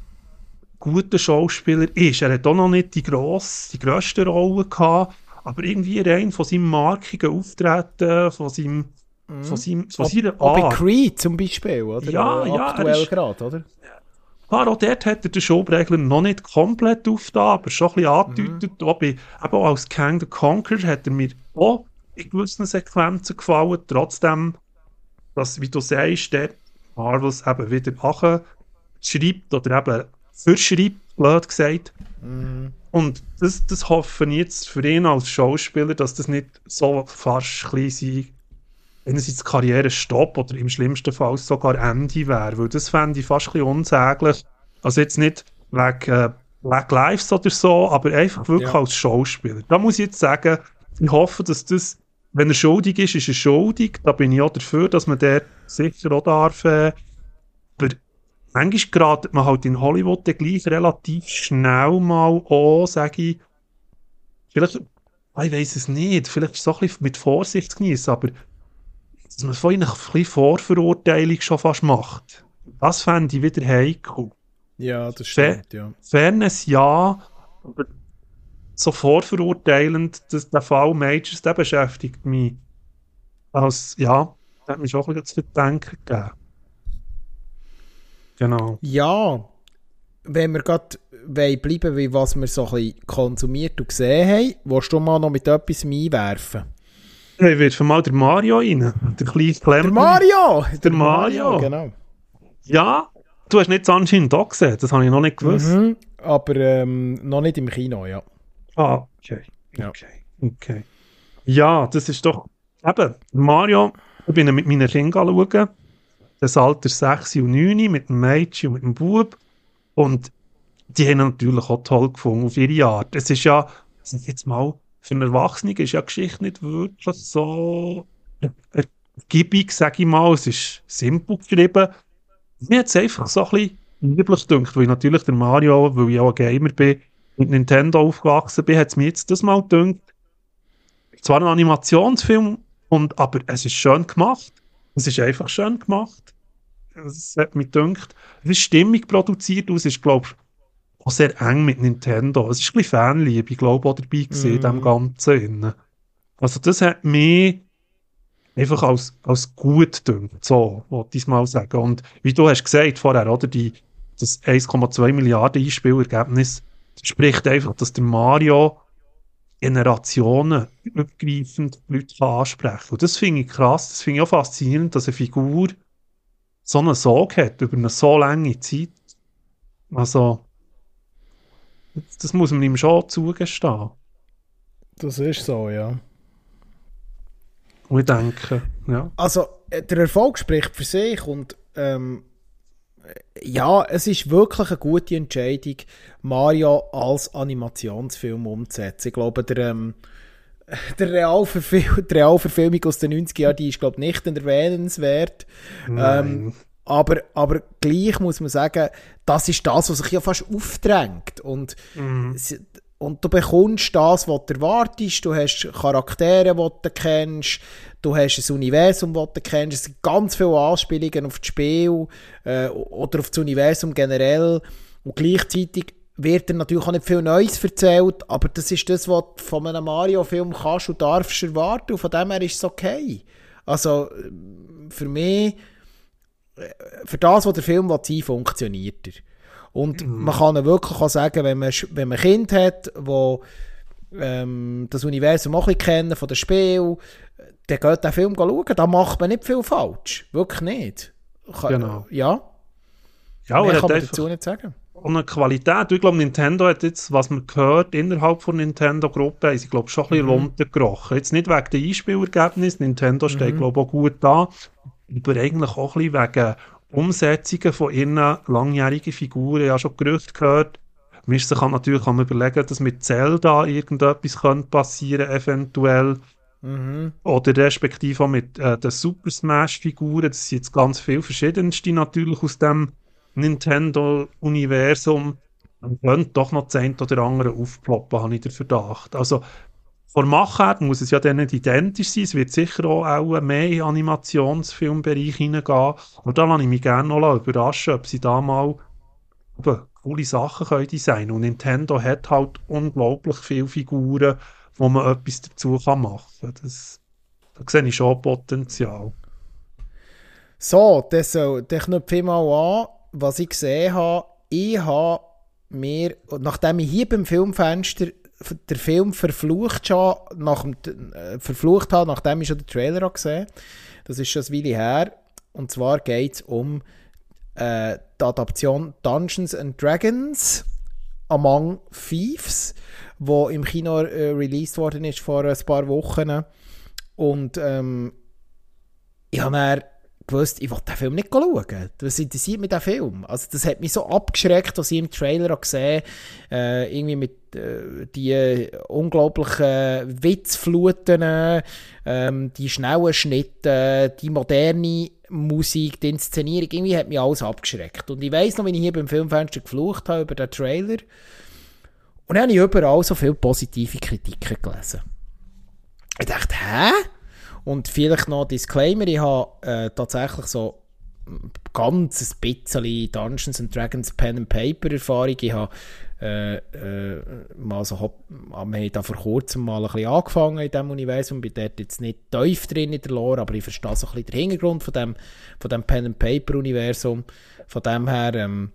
guter Schauspieler ist. Er hat auch noch nicht die, grosse, die grösste Rolle gehabt, aber irgendwie rein von seinem markigen Auftreten, von seinem mhm. von, seinem, von seiner Art. Auch bei Creed zum Beispiel, oder? Ja, ja. Aktuell gerade, oder? Klar, auch dort hat er den Showregler noch nicht komplett aufgetan, aber schon ein bisschen angedeutet. Mhm. Auch, bei, eben auch als Kang the Conqueror hat er mir auch in gewissen Sequenzen gefallen. Trotzdem, dass, wie du sagst, der Marvels eben wieder nachschreibt oder eben verschreibt, blöd gesagt. Mhm. Und das, das hoffe ich jetzt für ihn als Schauspieler, dass das nicht so fast klein sein einerseits Karrierestopp oder im schlimmsten Fall sogar Ende wäre, weil das fände ich fast ein bisschen unsäglich. Also jetzt nicht wegen äh, Black Lives oder so, aber einfach wirklich ja. als Schauspieler. Da muss ich jetzt sagen, ich hoffe, dass das, wenn er schuldig ist, ist er schuldig. Da bin ich auch dafür, dass man der sicher auch darf. Äh, aber manchmal geratet man halt in Hollywood dann gleich relativ schnell mal an, sage ich, vielleicht, ich weiss es nicht, vielleicht ist es auch ein bisschen mit Vorsicht zu genießen, aber dass man vorhin ein bisschen Vorverurteilung schon fast macht. Das fände ich wieder heikel. Ja, das stimmt, ja. Fairness ja, aber so vorverurteilend, dass der Fall Majors, der beschäftigt mich. Als, ja, das hat mich schon ein bisschen zu denken gegeben. Genau. Ja, wenn wir gerade bleiben, wie was wir so ein bisschen konsumiert und gesehen haben, willst du mal noch mit etwas einwerfen? Ich wirf mal den Mario rein. Der kleine Klempel. Der Mario! Der, der Mario. Mario, genau. Ja, du hast nicht das anscheinend da gesehen, das habe ich noch nicht gewusst. Mhm, aber ähm, noch nicht im Kino, ja. Ah, okay. Ja. Okay. Okay. Ja, das ist doch... Eben, Mario, ich bin mit meinen Kindern schauen. Das Alter sechs und neun, mit dem Mädchen und mit dem Bub. Und die haben ihn natürlich auch toll gefunden, auf ihre Art. Es ist ja, sag jetzt mal, für einen Erwachsenen ist ja die Geschichte nicht wirklich so ergiebig, sag ich mal. Es ist simpel geschrieben. Mir hat es einfach so ein bisschen üblich gedacht, weil ich natürlich der Mario, weil ich auch ein Gamer bin, mit Nintendo aufgewachsen bin, hat es mir jetzt das mal gedacht. Zwar ein Animationsfilm, und, aber es ist schön gemacht. Es ist einfach schön gemacht. Es hat mich gedacht, es ist stimmig produziert, und es ist, glaube ich, auch sehr eng mit Nintendo. Es ist ein bisschen Fanliebe, ich glaube, auch dabei gewesen, in dem Ganzen. Also das hat mich einfach als, als gut gedacht, so, wollte ich mal sagen. Und wie du hast gesagt vorher, oder, die, das eins Komma zwei Milliarden Einspielergebnis spricht einfach, dass der Mario Generationen übergreifend Leute ansprechen kann. Und das finde ich krass, das finde ich auch faszinierend, dass eine Figur so einen Sog hat, über eine so lange Zeit. Also, das muss man ihm schon zugestehen. Das ist so, ja. Und ich denke, ja. Also, der Erfolg spricht für sich und ähm, ja, es ist wirklich eine gute Entscheidung, Mario als Animationsfilm umzusetzen. Ich glaube, der, ähm, der Realverfil- die Realverfilmung aus den neunziger Jahren, die ist, glaube ich, nicht erwähnenswert. Ähm, aber, aber gleich muss man sagen, das ist das, was sich ja fast aufdrängt. Und, mhm. und du bekommst das, was du erwartest. Du hast Charaktere, die du kennst. Du hast ein Universum, das du kennst. Es sind ganz viele Anspielungen auf das Spiel äh, oder auf das Universum generell. Und gleichzeitig wird dir natürlich auch nicht viel Neues erzählt, aber das ist das, was du von einem Mario-Film kannst und darfst erwarten. Und von dem her ist es okay. Also für mich, für das, was der Film sein, funktioniert er. Und mhm. man kann wirklich auch sagen, wenn man, wenn man ein Kind hat, das ähm, das Universum auch ein bisschen kennen von den Spielen, dann geht den Film schauen, da macht man nicht viel falsch. Wirklich nicht. Kann, genau. Ja. Ja, mehr er kann man hat dazu nicht sagen. Und eine Qualität. Ich glaube, Nintendo hat jetzt, was man gehört, innerhalb der Nintendo-Gruppe, ist, ich glaube, schon ein bisschen mhm. runtergerochen. Jetzt nicht wegen der Einspielergebnis, Nintendo mhm. steht, glaube ich, auch gut da, aber eigentlich auch ein bisschen wegen Umsetzungen von ihren langjährigen Figuren. Ich habe schon Gerüchte gehört. Man kann natürlich auch überlegen, dass mit Zelda irgendetwas könnte passieren, eventuell. Mhm. Oder respektive auch mit äh, den Super Smash-Figuren. Das sind jetzt ganz viele verschiedenste natürlich aus dem Nintendo-Universum. Dann könnte doch noch das eine oder andere aufploppen, habe ich den Verdacht. Also, von Machart muss es ja dann nicht identisch sein. Es wird sicher auch, auch mehr in den Animationsfilmbereich hineingehen. Aber da lasse ich mich gerne noch überraschen, ob sie da mal eben, coole Sachen können designen. Und Nintendo hat halt unglaublich viele Figuren, wo man etwas dazu kann machen kann. Das, da sehe ich schon Potenzial. So, das, so, das knüpfe ich mal an, was ich gesehen habe. Ich habe mir, nachdem ich hier beim Filmfenster den Film verflucht schon nach dem, äh, verflucht habe, nachdem ich schon den Trailer habe gesehen. Das ist schon ein Weile her. Und zwar geht es um äh, die Adaption Dungeons and Dragons Among Thieves, wo im Kino äh, released worden ist vor ein paar Wochen. Und ähm, ich habe dann gewusst, ich will den Film nicht schauen. Was interessiert mich der Film? Also das hat mich so abgeschreckt, was ich im Trailer gesehen habe. Äh, irgendwie mit äh, die unglaublichen Witzfluten, ähm, die schnellen Schnitte, die moderne Musik, die Inszenierung, irgendwie hat mich alles abgeschreckt. Und ich weiss noch, wenn ich hier beim Filmfenster geflucht habe über den Trailer, und dann habe ich überall so viele positive Kritiken gelesen. Ich dachte, hä? Und vielleicht noch ein Disclaimer, ich habe äh, tatsächlich so ganz ein bisschen Dungeons and Dragons Pen and Paper Erfahrung. Ich habe äh, äh, mal so, wir haben da vor kurzem mal ein bisschen angefangen in diesem Universum, bin dort jetzt nicht tief drin in der Lore, aber ich verstehe so ein bisschen den Hintergrund von dem, von dem Pen-and-Paper-Universum. Von dem her, ähm,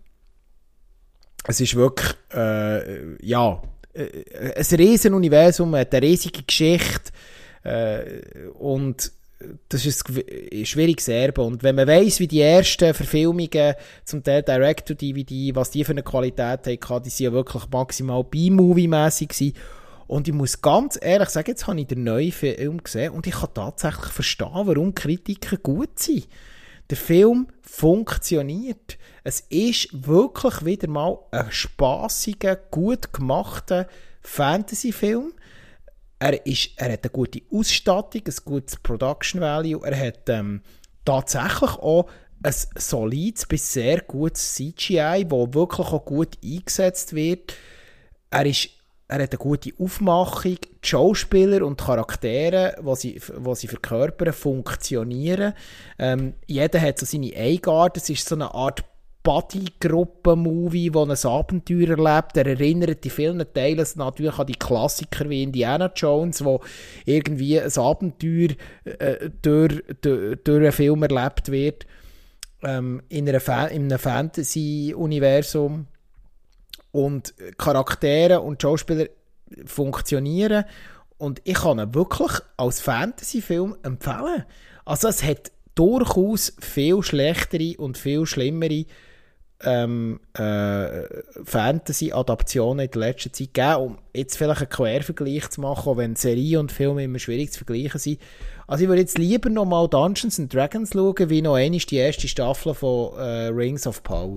es ist wirklich, äh, ja, äh, ein riesen Universum, eine riesige Geschichte, äh, und das ist ein schwieriges Erbe. Und wenn man weiss, wie die ersten Verfilmungen, zum Teil Direct-to-D V D, was die für eine Qualität hatten, die sind ja wirklich maximal B-Movie-mässig gewesen. Und ich muss ganz ehrlich sagen, jetzt habe ich den neuen Film gesehen und ich kann tatsächlich verstehen, warum Kritiker gut sind. Der Film funktioniert. Es ist wirklich wieder mal ein spassiger, gut gemachter Fantasy-Film. Er, ist, er hat eine gute Ausstattung, ein gutes Production Value. Er hat ähm, tatsächlich auch ein solides bis sehr gutes C G I, das wirklich auch gut eingesetzt wird. Er, ist, er hat eine gute Aufmachung. Die Schauspieler und die Charaktere, die sie, die sie verkörpern, funktionieren. Ähm, jeder hat so seine Eigenart. Es ist so eine Art Buddy-Gruppen-Movie, wo ein Abenteuer erlebt. Er erinnert in vielen Teilen natürlich an die Klassiker wie Indiana Jones, wo irgendwie ein Abenteuer äh, durch, durch, durch einen Film erlebt wird, ähm, in, einer Fa- in einem Fantasy-Universum. Und Charaktere und Schauspieler funktionieren. Und ich kann ihn wirklich als Fantasy-Film empfehlen. Also es hat durchaus viel schlechtere und viel schlimmere ähm, äh, Fantasy-Adaptionen in der letzten Zeit gegeben, um jetzt vielleicht einen Quervergleich zu machen, auch wenn Serie und Film immer schwierig zu vergleichen sind. Also ich würde jetzt lieber noch mal Dungeons and Dragons schauen, wie noch einmal die erste Staffel von äh, Rings of Power.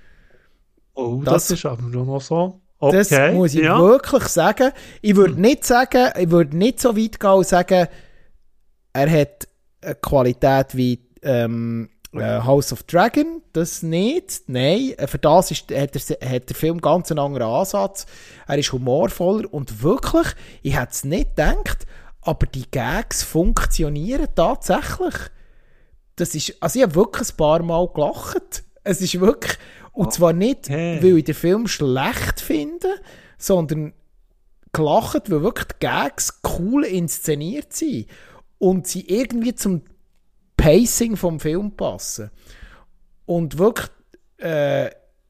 Oh, das, das ist aber noch so. Okay, das muss ich ja. wirklich sagen. Ich würde hm. nicht sagen, ich würde nicht so weit gehen und sagen, er hat eine Qualität wie ähm, äh, House of Dragon, das nicht. Nein, für das ist, hat, der, hat der Film ganz einen anderen Ansatz. Er ist humorvoller und wirklich, ich hätte es nicht gedacht, aber die Gags funktionieren tatsächlich. Das ist, also ich habe wirklich ein paar Mal gelacht. Es ist wirklich, und zwar nicht, hey. weil ich den Film schlecht finde, sondern gelacht, weil wirklich die Gags cool inszeniert sind und sie irgendwie zum Pacing vom Film passen. Und wirklich, äh,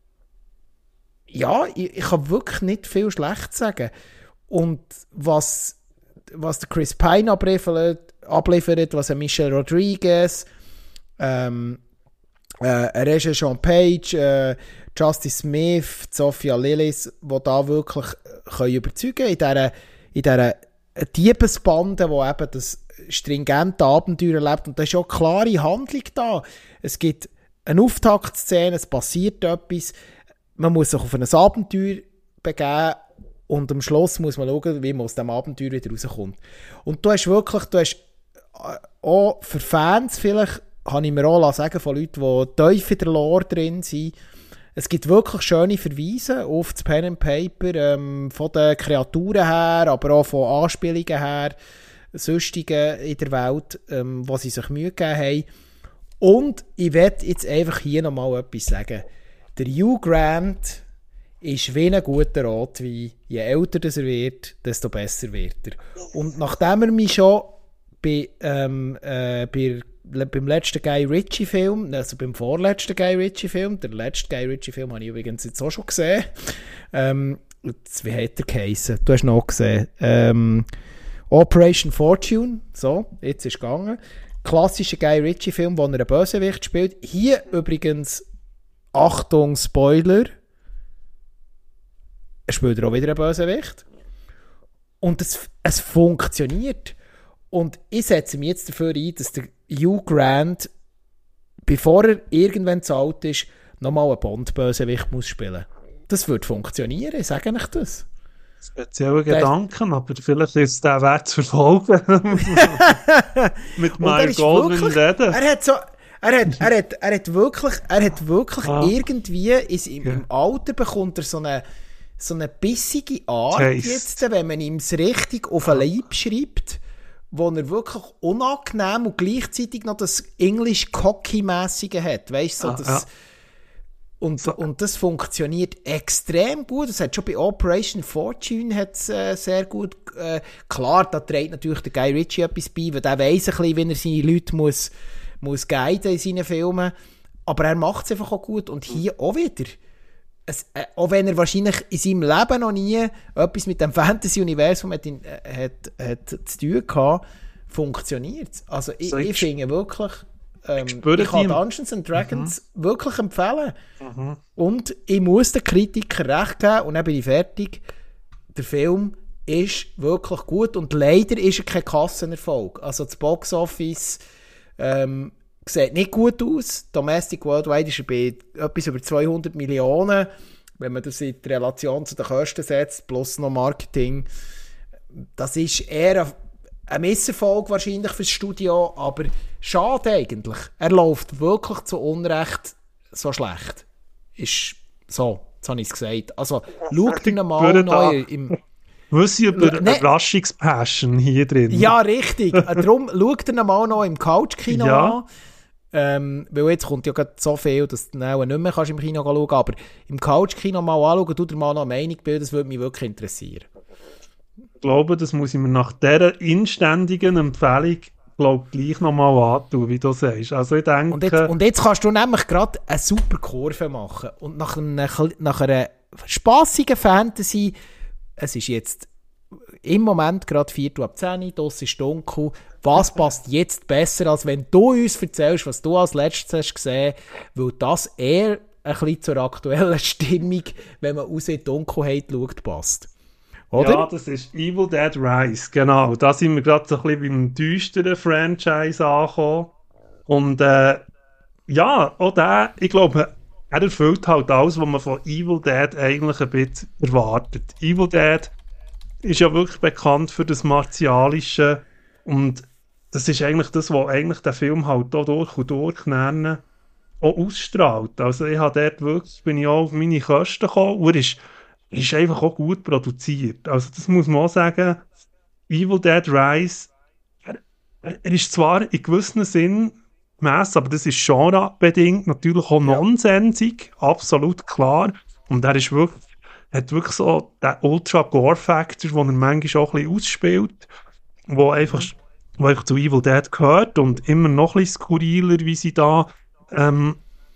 ja, ich, ich kann wirklich nicht viel schlecht sagen. Und was, was der Chris Pine abliefert, abliefert was ein Michelle Rodriguez, ähm, äh, Regé Jean Page, äh, Justice Smith, Sophia Lillis, die da wirklich können überzeugen in dieser, in dieser Diebesbande, wo eben das stringente Abenteuer erlebt. Und da ist auch klare Handlung da. Es gibt eine Auftaktszene, es passiert etwas, man muss sich auf ein Abenteuer begeben und am Schluss muss man schauen, wie man aus diesem Abenteuer wieder rauskommt. Und du hast wirklich, du hast auch für Fans vielleicht, habe ich mir auch sagen von Leuten, die tief in der Lore drin sind, es gibt wirklich schöne Verweise auf das Pen and Paper, ähm, von den Kreaturen her, aber auch von Anspielungen her, sonstigen in der Welt, ähm, wo sie sich Mühe gegeben haben. Und ich werde jetzt einfach hier nochmal etwas sagen. Der Hugh Grant ist wie ein guter Rotwein. Je älter das er wird, desto besser wird er. Und nachdem er mich schon bei, ähm, äh, bei beim letzten Guy Ritchie-Film, also beim vorletzten Guy Ritchie-Film, der letzte Guy Ritchie-Film habe ich übrigens jetzt auch schon gesehen. Ähm, wie hat der geheissen? Du hast noch gesehen. Ähm, Operation Fortune, so, jetzt ist es gegangen. Klassischer Guy Ritchie-Film, wo er einen Bösewicht spielt. Hier übrigens, Achtung, Spoiler, er spielt auch wieder einen Bösewicht. Und es, es funktioniert. Und ich setze mich jetzt dafür ein, dass der Hugh Grant, bevor er irgendwann zu alt ist, nochmal einen Bond-Bösewicht muss spielen. Das würde funktionieren, ich sage euch das. Spezielle Gedanken, aber vielleicht ist es der Wert zu verfolgen. Mit meinem goldenen Reden. Er hat so... Er hat, er hat, er hat wirklich, er hat wirklich ah. irgendwie, ist im, im Alter bekommt er so eine, so eine bissige Art Taste. Jetzt, wenn man ihm es richtig auf den Leib schreibt, wo er wirklich unangenehm und gleichzeitig noch das English-Cocky-mässige hat. Weißt du, so ah, das, ja. Und, so. und das funktioniert extrem gut. Das hat schon bei Operation Fortune hat's, äh, sehr gut. Äh, klar, da trägt natürlich der Guy Ritchie etwas bei, weil der weiss ein bisschen, wie er seine Leute muss, muss guiden in seinen Filmen. Aber er macht es einfach auch gut. Und hier auch wieder. Es, äh, auch wenn er wahrscheinlich in seinem Leben noch nie etwas mit dem Fantasy-Universum hat, äh, hat, hat zu tun gehabt, funktioniert es. Also ich, so, ich, ich finde wirklich... Ähm, ich, ich kann Dungeons and Dragons mhm. wirklich empfehlen. Mhm. Und ich muss den Kritikern recht geben und dann bin ich fertig. Der Film ist wirklich gut und leider ist er kein Kassenerfolg. Also das Boxoffice ähm, sieht nicht gut aus. Domestic Worldwide ist er bei etwas über zweihundert Millionen. Wenn man das in Relation zu den Kosten setzt, plus noch Marketing. Das ist eher ein Ein Misserfolg wahrscheinlich fürs Studio, aber schade eigentlich. Er läuft wirklich zu Unrecht so schlecht. Ist so, jetzt habe ich es gesagt. Also, schaut ihn mal neu im... Was ist über ne, Überraschungspassion hier drin? Ja, richtig. Darum schaut ihn mal noch im Couchkino ja. an. Ähm, weil jetzt kommt ja gerade so viel, dass du nicht mehr kannst im Kino schauen kannst. Aber im Couchkino mal anschauen, du dir mal noch eine Meinung bilden, das würde mich wirklich interessieren. Ich glaube, das muss ich mir nach dieser inständigen Empfehlung glaub, gleich nochmal antun, wie du sagst. Also ich denke... Und jetzt, und jetzt kannst du nämlich gerade eine super Kurve machen. Und nach einer, nach einer spassigen Fantasy, es ist jetzt im Moment gerade Viertel ab zehn, draussen ist dunkel. Was passt jetzt besser, als wenn du uns erzählst, was du als letztes hast gesehen, weil das eher ein bisschen zur aktuellen Stimmung, wenn man raus in die Dunkelheit schaut, passt. Oder? Ja, das ist Evil Dead Rise, genau. Da sind wir gerade so ein bisschen beim düsteren Franchise angekommen. Und äh, ja, auch der, ich glaube, er erfüllt halt alles, was man von Evil Dead eigentlich ein bisschen erwartet. Evil Dead ist ja wirklich bekannt für das Martialische und das ist eigentlich das, was eigentlich der Film halt auch durch und durch nennen, auch ausstrahlt. Also ich habe dort wirklich, bin ich auch auf meine Kosten gekommen und er ist ist einfach auch gut produziert. Also das muss man auch sagen. Evil Dead Rise, er, er ist zwar in gewissem Sinn gemäss, aber das ist genrebedingt natürlich auch ja. nonsensig, absolut klar. Und er ist wirklich, hat wirklich so den Ultra-Gore-Factor, den er manchmal auch ein bisschen ausspielt, wo einfach, wo einfach zu Evil Dead gehört und immer noch ein bisschen skurriler, wie sie da ähm,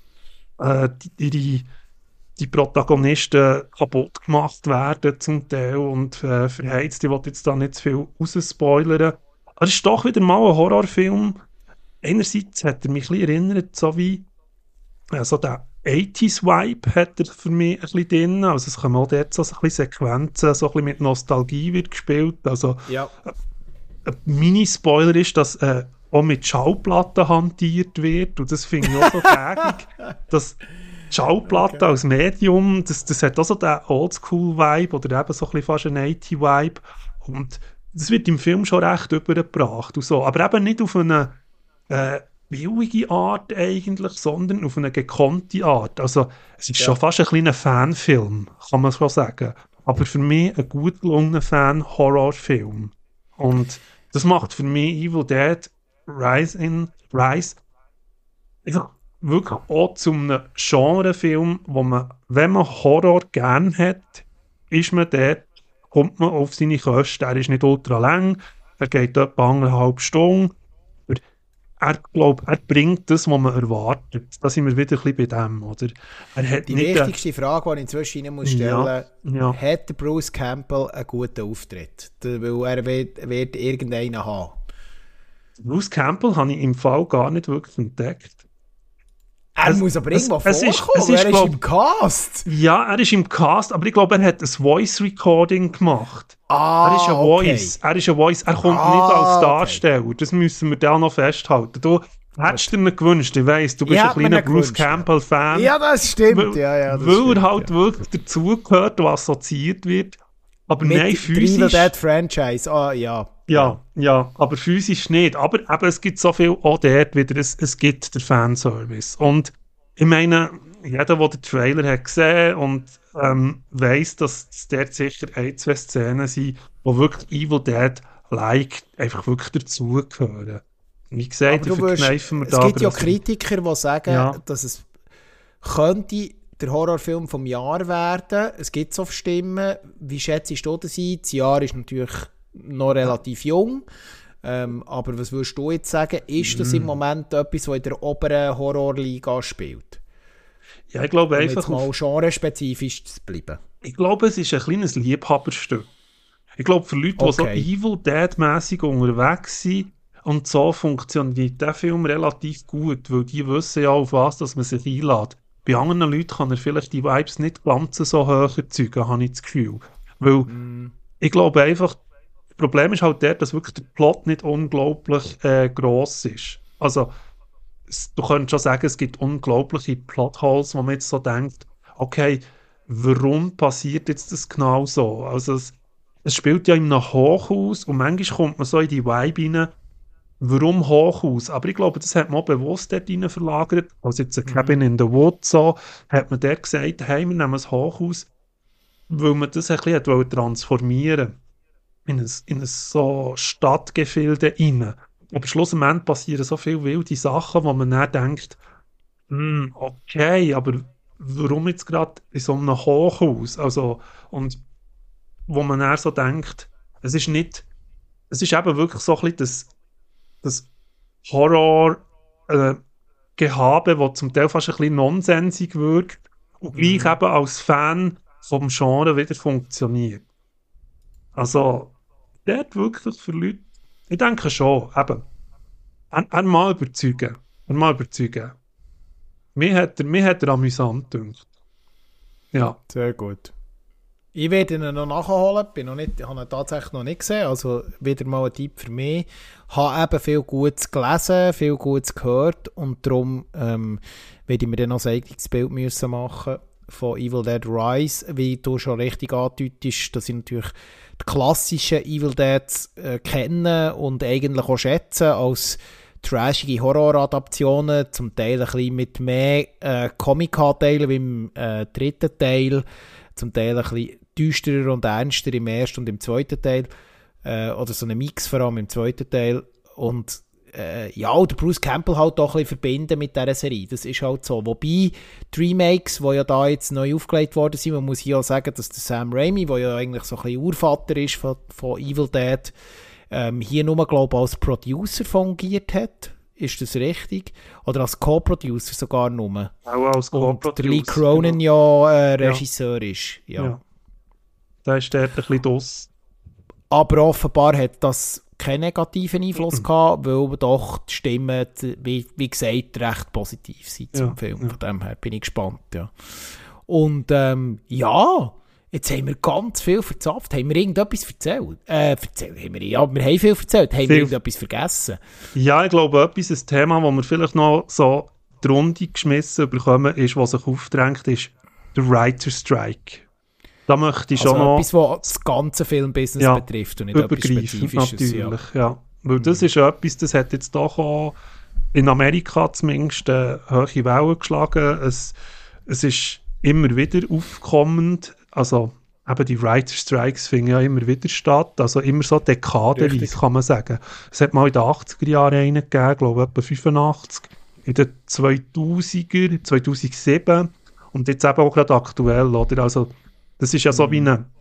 äh, die, die die Protagonisten kaputt gemacht werden zum Teil und äh, verheizt. Ich will jetzt da nicht zu viel rausspoilern. Aber es ist doch wieder mal ein Horrorfilm. Einerseits hat er mich ein bisschen erinnert, so wie äh, so der achtziger-Vibe hat er für mich ein bisschen drin. Also es kommen auch dort so ein bisschen Sequenzen, so ein bisschen mit Nostalgie wird gespielt. Also ja. äh, ein Mini-Spoiler ist, dass äh, auch mit Schallplatten hantiert wird und das finde ich auch so gängig, dass Schallplatte okay. als Medium, das, das hat auch so den Oldschool-Vibe oder eben so ein bisschen fast einen achtziger-Vibe und das wird im Film schon recht übergebracht und so, aber eben nicht auf eine äh, billige Art eigentlich, sondern auf eine gekonnte Art. Also es ist ja. schon fast ein kleiner Fanfilm, kann man schon sagen, aber für mich ein gut gelungener Fan-Horrorfilm und das macht für mich Evil Dead Rise in Rise einfach wirklich auch zu einem Genrefilm, wo man, wenn man Horror gerne hat, ist man dort, kommt man auf seine Kosten. Er ist nicht ultra lang, er geht etwa eineinhalb Stunden. Er, glaub, er bringt das, was man erwartet. Da sind wir wieder ein bisschen bei dem, oder? Er hat die nicht wichtigste eine... Frage, die ich inzwischen rein muss stellen ja, ja. hat Bruce Campbell einen guten Auftritt? Weil er wird, wird irgendeinen haben. Bruce Campbell habe ich im Fall gar nicht wirklich entdeckt. Er es, muss aber irgendwo es, vorkommen, es ist, es er ist glaub, im Cast. Ja, er ist im Cast, aber ich glaube, er hat ein Voice-Recording gemacht. Ah, er ist ein okay. Voice, er ist ein Voice, er kommt ah, nicht als Darsteller, okay. Das müssen wir da noch festhalten. Du hättest dir nicht gewünscht, ich weiss, du bist ein kleiner Bruce Campbell-Fan. Ja, das stimmt, weil, ja, ja. Das weil stimmt, er halt ja. wirklich dazugehört und assoziiert wird. Aber mit nein, physisch... Evil Dead Franchise, ah, ja. Ja, ja, aber physisch nicht. Aber eben, es gibt so viel auch dort wieder, es, es gibt den Fanservice. Und ich meine, jeder, der den Trailer hat gesehen und ähm, weiss, dass es dort sicher ein, zwei Szenen sind, die wirklich Evil Dead-like einfach wirklich dazugehören. Wie gesagt, da verkneifen wir es da. Es gibt ja Kritiker, die sagen, ja. dass es könnte der Horrorfilm vom Jahr werden. Es gibt so Stimmen. Wie schätzt du das ein? Das Jahr ist natürlich noch relativ jung. Ähm, aber was würdest du jetzt sagen? Ist das im Moment etwas, was in der oberen Horrorliga spielt? Ja, ich glaube um einfach... jetzt mal genrespezifisch zu bleiben. Ich glaube, es ist ein kleines Liebhaberstück. Ich glaube, für Leute, okay. die so Evil Dead-mässig unterwegs sind und so funktioniert der Film relativ gut, weil die wissen ja, auf was dass man sich einlädt. Bei anderen Leuten kann er vielleicht die Vibes nicht ganz so hoch erzeugen, habe ich das Gefühl. Weil mm. ich glaube einfach, das Problem ist halt der, dass wirklich der Plot nicht unglaublich äh, gross ist. Also, es, du könntest schon sagen, es gibt unglaubliche Plotholes, wo man jetzt so denkt, okay, warum passiert jetzt das genau so? Also, es, es spielt ja in einem Hochhaus und manchmal kommt man so in die Vibe rein, warum Hochhaus? Aber ich glaube, das hat man auch bewusst dort rein verlagert. Also jetzt ein mhm. Cabin in the Woods so, hat man dort gesagt, hey, wir nehmen ein Hochhaus, weil man das ein bisschen transformieren in ein, in ein so Stadtgefilde rein. Aber schlussendlich passieren so viele wilde Sachen, wo man dann denkt, hm, okay, aber warum jetzt gerade in so einem Hochhaus? Also, und wo man dann so denkt, es ist nicht, es ist eben wirklich so ein bisschen das, das Horror-Gehabe, äh, das zum Teil fast ein bisschen nonsensig wirkt und gleich mhm. eben als Fan vom Genre wieder funktioniert. Also, dort wirklich für Leute, ich denke schon, eben, einmal überzeugen, einmal überzeugen. Mir hat er, mir hat er amüsant gedacht. Ja. Sehr gut. Ich werde ihn noch nachholen, bin noch nicht, habe ihn tatsächlich noch nicht gesehen, also wieder mal ein Tipp für mich. Ich habe eben viel Gutes gelesen, viel Gutes gehört und darum ähm, werde ich mir dann noch ein eigenes Bild müssen machen von Evil Dead Rise, wie du schon richtig andeutest, dass ich natürlich die klassischen Evil Deads äh, kenne und eigentlich auch schätze als trashige Horroradaptionen, zum Teil ein bisschen mit mehr äh, Comic-Anteilen wie im äh, dritten Teil, zum Teil ein bisschen düsterer und ernster im ersten und im zweiten Teil, äh, oder so ein Mix vor allem im zweiten Teil und äh, ja, der Bruce Campbell halt auch ein bisschen verbinden mit dieser Serie, das ist halt so, wobei die Remakes, die ja da jetzt neu aufgelegt worden sind, man muss hier auch sagen, dass der Sam Raimi, der ja eigentlich so ein bisschen Urvater ist von, von Evil Dead, ähm, hier nur, glaube ich, als Producer fungiert hat. Ist das richtig? Oder als Co-Producer sogar nur? Auch als Co-Producer. Und der Lee Cronin genau. ja äh, Regisseur ja. ist. Ja. ja. Da ist der ein bisschen draus. Aber offenbar hat das keinen negativen Einfluss mhm. gehabt, weil doch die Stimmen, wie, wie gesagt, recht positiv sind zum ja. Film. Von dem her bin ich gespannt. Ja. Und ähm, ja, jetzt haben wir ganz viel verzapft. Haben wir irgendetwas erzählt? Äh, erzählt haben wir, ja, wir haben viel erzählt. Haben viel. wir irgendetwas vergessen? Ja, ich glaube, etwas, ein Thema, das wir vielleicht noch so die Runde geschmissen bekommen, ist, was sich aufdrängt, ist der Writer's Strike. Da möchte ich also schon noch... etwas, was das ganze Filmbusiness ja, betrifft und nicht etwas Spezifisches. Natürlich, ja. ja. Weil mhm. das ist etwas, das hat jetzt doch auch in Amerika zumindest eine hohe Welle geschlagen. Es, es ist immer wieder aufkommend. Also eben die Writer's Strikes finden ja immer wieder statt. Also immer so dekadenweise, kann man sagen. Es hat mal in den achtziger Jahren einen gegeben, glaube ich, etwa fünfundachtzig. In den zweitausender, zweitausendsieben. Und jetzt eben auch gerade aktuell, oder? Also das ist ja so mhm. wie ein,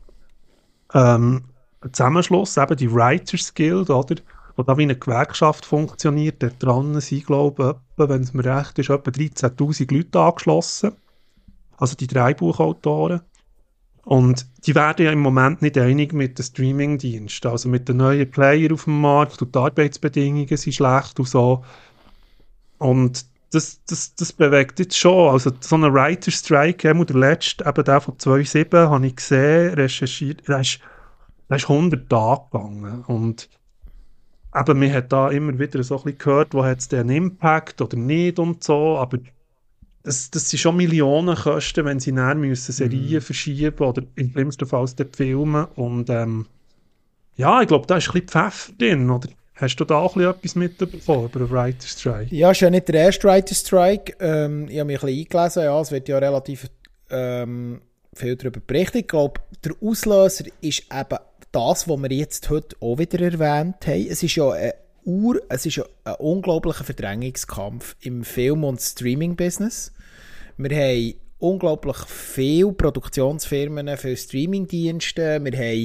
ähm, ein Zusammenschluss, eben die Writers Guild, oder? Wo da wie eine Gewerkschaft funktioniert. Dort dran sind, glaube ich, wenn es mir recht ist, etwa dreizehntausend Leute angeschlossen. Also die Drehbuchautoren. Und die werden ja im Moment nicht einig mit den Streamingdiensten. Also mit den neuen Player auf dem Markt und die Arbeitsbedingungen sind schlecht und so. Und das, das, das bewegt jetzt schon. Also so ein Writer's Strike, der letzte, eben der von zweitausendsieben, habe ich gesehen, recherchiert, der ist, der ist hundert Tage gegangen. Und eben, man hat da immer wieder so ein bisschen gehört, wo hat es den Impact oder nicht und so, aber das, das sind schon Millionenkosten, wenn sie näher müssen Serien mhm. verschieben oder im schlimmsten Fall den filmen. Und ähm, ja, ich glaube, da ist ein bisschen Pfeffer drin, oder? Hast du da auch ein etwas mitbekommen über den Writer's Strike? Ja, es ist ja nicht der erste Writer's Strike. Ähm, ich habe mich ein bisschen eingelesen, ja, es wird ja relativ ähm, viel darüber berichtet. Ich glaube, der Auslöser ist eben das, was wir jetzt heute auch wieder erwähnt haben. Es ist ja ein, Ur, es ist ja ein unglaublicher Verdrängungskampf im Film- und Streaming-Business. Wir haben unglaublich viele Produktionsfirmen für Streamingdienste. Wir haben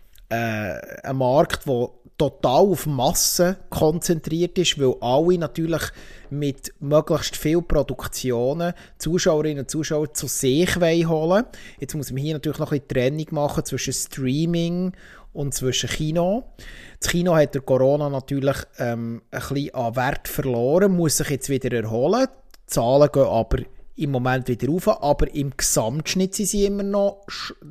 äh, einen Markt, der total auf Massen konzentriert ist, weil alle natürlich mit möglichst vielen Produktionen Zuschauerinnen und Zuschauer zu sich holen wollen. Jetzt muss man hier natürlich noch ein bisschen Trennung machen zwischen Streaming und zwischen Kino. Das Kino hat durch Corona natürlich ähm, ein bisschen an Wert verloren, muss sich jetzt wieder erholen. Die Zahlen gehen aber im Moment wieder rauf, aber im Gesamtschnitt sind sie immer noch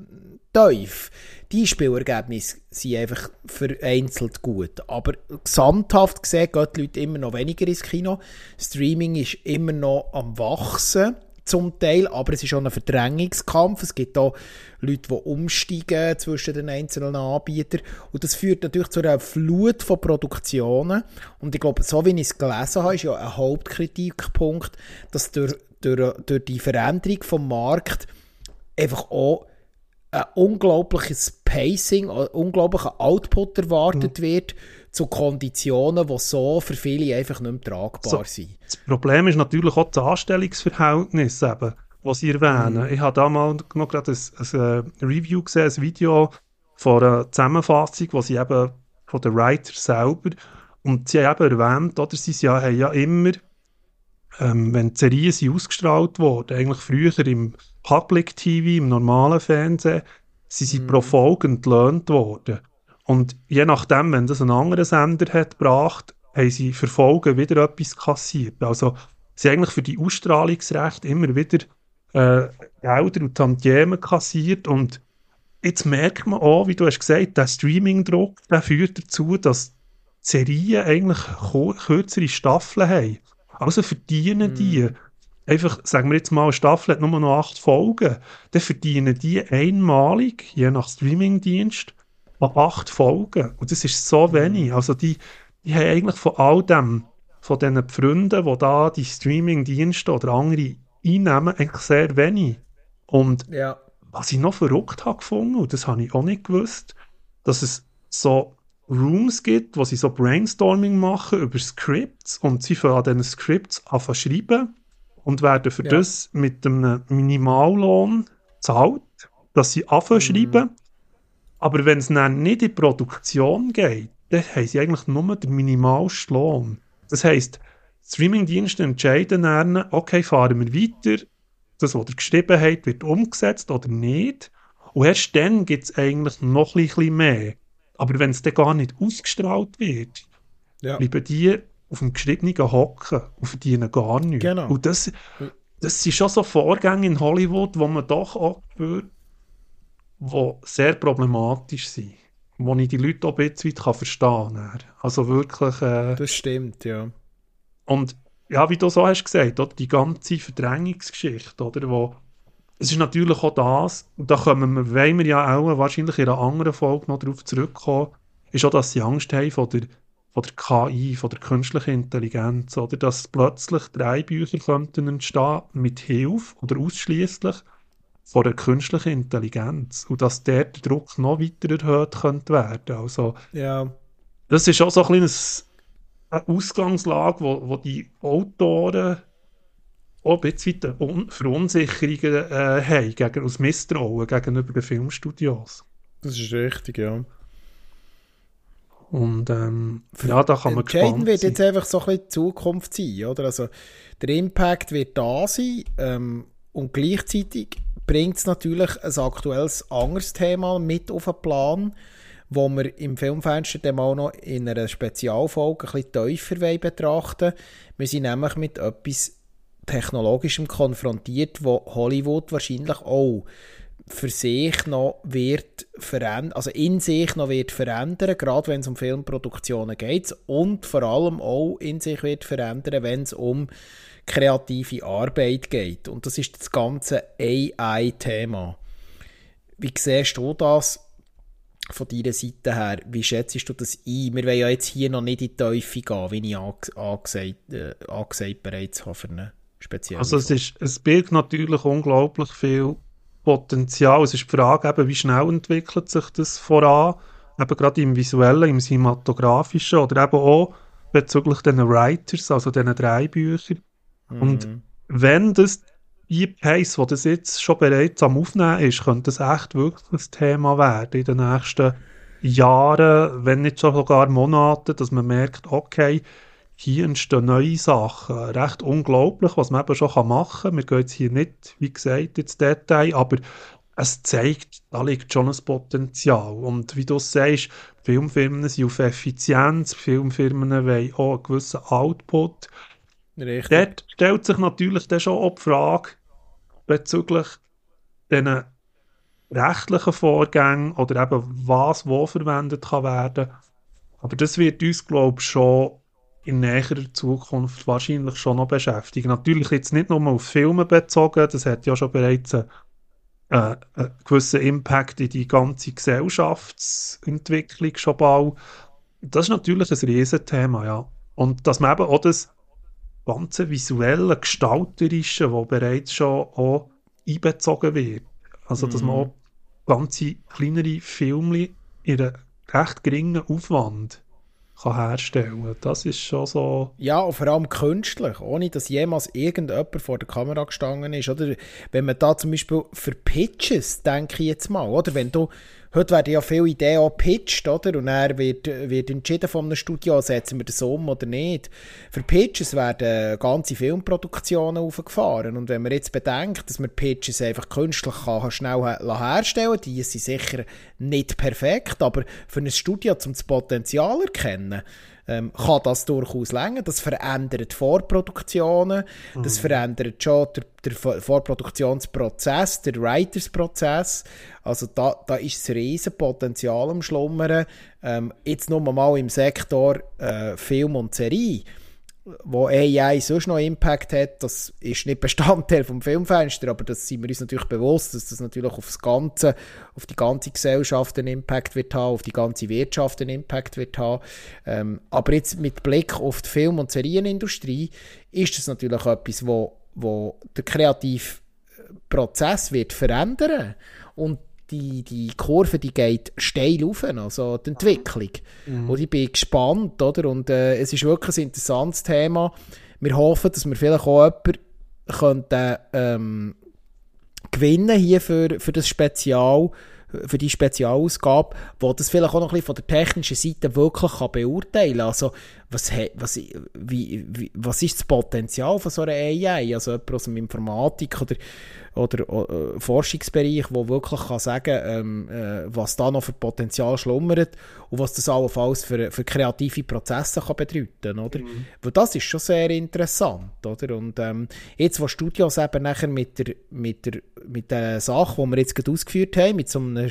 tief. Die Spielergebnisse sind einfach vereinzelt gut. Aber gesamthaft gesehen gehen die Leute immer noch weniger ins Kino. Streaming ist immer noch am Wachsen, zum Teil, aber es ist auch ein Verdrängungskampf. Es gibt auch Leute, die umsteigen zwischen den einzelnen Anbietern. Und das führt natürlich zu einer Flut von Produktionen. Und ich glaube, so wie ich es gelesen habe, ist ja ein Hauptkritikpunkt, dass durch, durch, durch die Veränderung vom Markt einfach auch ein unglaubliches Pacing, ein unglaublicher Output erwartet mhm. wird, zu Konditionen, die so für viele einfach nicht mehr tragbar so, sind. Das Problem ist natürlich auch das Anstellungsverhältnis, eben, was Sie erwähnen. Mhm. Ich habe damals noch gerade ein, ein Review gesehen, ein Video von einer Zusammenfassung, wo sie eben von den Writers selber, und sie haben eben erwähnt, oder sie ja, haben ja immer, ähm, wenn die Serien sind ausgestrahlt wurden, eigentlich früher im Public T V, im normalen Fernsehen, sie sind mm. pro Folge entlöhnt worden. Und je nachdem, wenn das ein anderer Sender hat gebracht, haben sie für Folgen wieder etwas kassiert. Also sie haben eigentlich für die Ausstrahlungsrechte immer wieder äh, Gelder und Tantiemen kassiert. Und jetzt merkt man auch, wie du hast gesagt, der Streaming-Druck, der führt dazu, dass die Serien eigentlich kürzere Staffeln haben. Also verdienen mm. die einfach, sagen wir jetzt mal, eine Staffel hat nur noch acht Folgen, dann verdienen die einmalig, je nach Streamingdienst, an acht Folgen. Und das ist so wenig. Also die, die haben eigentlich von all dem, von diesen Freunden, die da die Streamingdienste oder andere einnehmen, eigentlich sehr wenig. Und ja. was ich noch verrückt habe gefunden, und das habe ich auch nicht gewusst, dass es so Rooms gibt, wo sie so Brainstorming machen über Scripts und sie fangen an diesen Scripts an zu schreiben und werden für ja. das mit einem Minimallohn gezahlt, dass sie anfangen zu mhm. schreiben. Aber wenn es dann nicht in die Produktion geht, dann haben sie eigentlich nur den minimalsten Lohn. Das heisst, Streamingdienste entscheiden dann, okay, fahren wir weiter, das, was ihr geschrieben habt, wird umgesetzt oder nicht. Und erst dann gibt es eigentlich noch ein bisschen mehr. Aber wenn es dann gar nicht ausgestrahlt wird, ja. bleiben die auf dem Geschriebenen hocken und verdienen gar nichts. Genau. Und das, das sind schon so Vorgänge in Hollywood, wo man doch auch spürt, die sehr problematisch sind. Wo ich die Leute auch ein bisschen weit verstehen kann. Also wirklich... Äh, das stimmt, ja. Und ja, wie du so hast gesagt, oder, die ganze Verdrängungsgeschichte, oder, wo... Es ist natürlich auch das, und da kommen wir, wollen wir ja auch wahrscheinlich in einer anderen Folge noch darauf zurückkommen, ist auch, dass sie Angst haben vor der, von der K I, von der künstlichen Intelligenz, oder dass plötzlich drei Bücher könnten entstehen mit Hilfe oder ausschließlich von der künstlichen Intelligenz und dass der, der Druck noch weiter erhöht könnte werden. Also, ja. das ist auch so ein kleines eine Ausgangslage, wo, wo die Autoren auch ein bisschen Un- Verunsicherungen äh, haben, gegen, aus Misstrauen gegenüber den Filmstudios. Das ist richtig, ja. Und ähm, ja, da kann man gespannt sein. Wird jetzt einfach so ein bisschen die Zukunft sein, oder? Also der Impact wird da sein ähm, und gleichzeitig bringt es natürlich ein aktuelles anderes Thema mit auf den Plan, wo wir im Filmfenster dann auch noch in einer Spezialfolge ein bisschen tiefer betrachten wollen. Wir sind nämlich mit etwas Technologischem konfrontiert, wo Hollywood wahrscheinlich auch für sich noch wird verändern, also in sich noch wird verändern, gerade wenn es um Filmproduktionen geht und vor allem auch in sich wird verändern, wenn es um kreative Arbeit geht. Und das ist das ganze A I-Thema. Wie siehst du das von deiner Seite her? Wie schätzt du das ein? Wir wollen ja jetzt hier noch nicht in die Teufel gehen, wie ich angesagt, äh, angesagt bereits habe für eine spezielle Also es, ist, es birgt natürlich unglaublich viel Potenzial. Es ist die Frage, eben, wie schnell entwickelt sich das voran, eben gerade im Visuellen, im Cinematografischen oder eben auch bezüglich den Writers, also diesen drei Büchern. Mhm. Und wenn das die Pace, wo das jetzt schon bereits am Aufnehmen ist, könnte das echt wirklich ein Thema werden in den nächsten Jahren, wenn nicht sogar Monaten, dass man merkt, okay, hier entstehen neue Sachen. Recht unglaublich, was man eben schon machen kann. Wir gehen jetzt hier nicht, wie gesagt, ins Detail, aber es zeigt, da liegt schon ein Potenzial. Und wie du sagst, Filmfirmen sind auf Effizienz, Filmfirmen wollen auch einen gewissen Output. Richtig. Dort stellt sich natürlich dann schon auch die Frage bezüglich diesen rechtlichen Vorgängen oder eben was wo verwendet kann werden. Aber das wird uns, glaube ich, schon in näherer Zukunft wahrscheinlich schon noch beschäftigen. Natürlich jetzt nicht nur auf Filme bezogen, das hat ja schon bereits einen, äh, einen gewissen Impact in die ganze Gesellschaftsentwicklung schon bald. Das ist natürlich ein Riesenthema, ja. Und dass man eben auch das ganze visuelle, gestalterische, das bereits schon auch einbezogen wird. Also, dass man auch ganze kleinere Filme in einem recht geringen Aufwand kann herstellen. Das ist schon so... Ja, und vor allem künstlich, ohne dass jemals irgendjemand vor der Kamera gestanden ist. Oder wenn man da zum Beispiel für Pitches, denke ich jetzt mal, oder wenn du, heute werden ja viele Ideen auch gepitcht, oder? Und dann wird, wird entschieden von einem Studio, setzen wir das um oder nicht. Für Pitches werden ganze Filmproduktionen aufgefahren. Und wenn man jetzt bedenkt, dass man Pitches einfach künstlich kann, schnell herstellen kann, die sind sicher nicht perfekt, aber für ein Studio, um das Potenzial zu erkennen, Ähm, kann das durchaus länger. Das verändert Vorproduktionen, mhm. das verändert schon den, den Vorproduktionsprozess, den Writersprozess. Also da, da ist ein riesen Potenzial am Schlummern. Ähm, jetzt nur mal im Sektor äh, Film und Serie, wo A I sonst noch Impact hat, das ist nicht Bestandteil vom Filmfenster, aber das sind wir uns natürlich bewusst, dass das natürlich auf das Ganze, auf die ganze Gesellschaft einen Impact wird haben, auf die ganze Wirtschaft einen Impact wird haben. Ähm, aber jetzt mit Blick auf die Film- und Serienindustrie ist das natürlich etwas, wo, wo der kreative Prozess wird verändern und Die, die Kurve, die geht steil rauf, also die Entwicklung. Mhm. Und ich bin gespannt, oder? Und äh, es ist wirklich ein interessantes Thema. Wir hoffen, dass wir vielleicht auch jemanden könnten, ähm, gewinnen hier für, für das Spezial, für die Spezialausgabe, wo das vielleicht auch noch ein bisschen von der technischen Seite wirklich kann beurteilen kann. Also, was, was, wie, wie, was ist das Potenzial von so einer A I? Also jemand aus dem Informatik- oder, oder äh, Forschungsbereich, der wirklich kann sagen ähm, äh, was da noch für Potenzial schlummert und was das allenfalls für, für kreative Prozesse kann bedeuten, oder? Mhm. Weil das ist schon sehr interessant, oder? Und ähm, jetzt, wo Studios eben nachher mit der, mit der, mit der Sache, die wir jetzt gerade ausgeführt haben, mit so einem,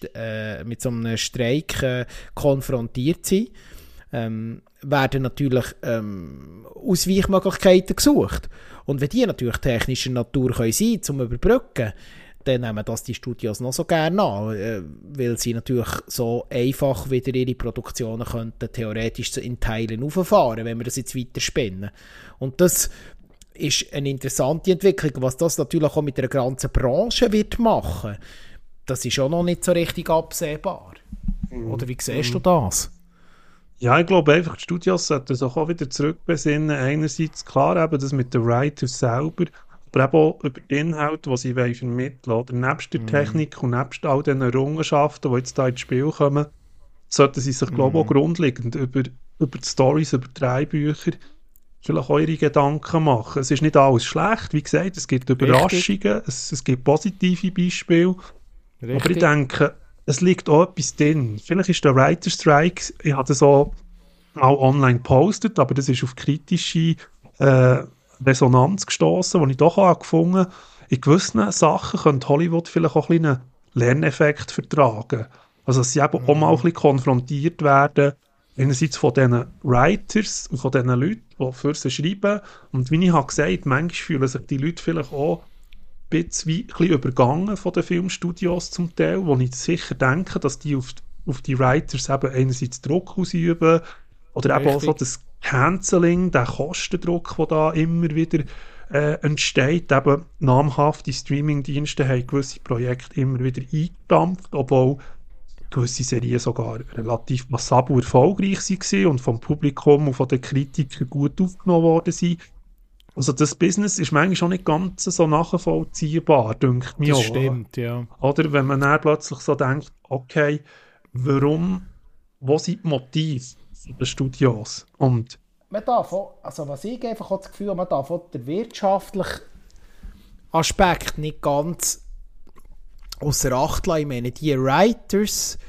äh, mit so einem Streik äh, konfrontiert sind, ähm, werden natürlich ähm, Ausweichmöglichkeiten gesucht. Und wenn die natürlich technischer Natur können sein, zum überbrücken, dann nehmen das die Studios noch so gerne an, äh, weil sie natürlich so einfach wieder ihre Produktionen könnten theoretisch in Teilen auffahren, wenn wir das jetzt weiter spinnen. Und das ist eine interessante Entwicklung. Was das natürlich auch mit einer ganzen Branche wird machen, das ist auch noch nicht so richtig absehbar. Mhm. Oder wie siehst du das? Ja, ich glaube einfach, die Studios sollten sich auch wieder zurückbesinnen. Einerseits klar eben das mit den Writers selber, aber eben auch über die Inhalte, die sie vermitteln wollen. Oder nebst der mm. Technik und nebst all diesen Errungenschaften, die jetzt da ins Spiel kommen, sollten sie sich, glaube ich, mm. auch grundlegend über, über die Storys, über die Drehbücher vielleicht eure Gedanken machen. Es ist nicht alles schlecht, wie gesagt, es gibt Überraschungen, es, es gibt positive Beispiele, Richtig. aber ich denke, es liegt auch etwas drin. Vielleicht ist der Writer Strike, ich habe das auch, auch online gepostet, aber das ist auf kritische äh, Resonanz gestoßen, die ich doch auch gefunden habe. In gewissen Sachen könnte Hollywood vielleicht auch ein einen Lerneffekt vertragen. Also dass sie eben mhm. auch mal ein bisschen konfrontiert werden, einerseits von diesen Writers und von diesen Leuten, die für sie schreiben. Und wie ich habe gesagt, manchmal fühlen sich die Leute vielleicht auch ein bisschen, ein bisschen übergangen von den Filmstudios zum Teil, wo ich sicher denke, dass die auf, auf die Writers eben einerseits Druck ausüben oder Richtig. eben auch so das Canceling, der Kostendruck, der da immer wieder äh, entsteht. Eben namhafte Streamingdienste haben gewisse Projekte immer wieder eingedampft, obwohl gewisse Serien sogar relativ massabel erfolgreich waren und vom Publikum und von den Kritikern gut aufgenommen worden sind. Also das Business ist manchmal schon nicht ganz so nachvollziehbar, denkt mir Das auch. stimmt, ja. Oder wenn man dann plötzlich so denkt, okay, warum, wo sind die Motive der Studios? Und Man darf auch, also was ich einfach auch das Gefühl habe, man darf auch den wirtschaftlichen Aspekt nicht ganz außer Acht lassen. Ich meine, die Writers,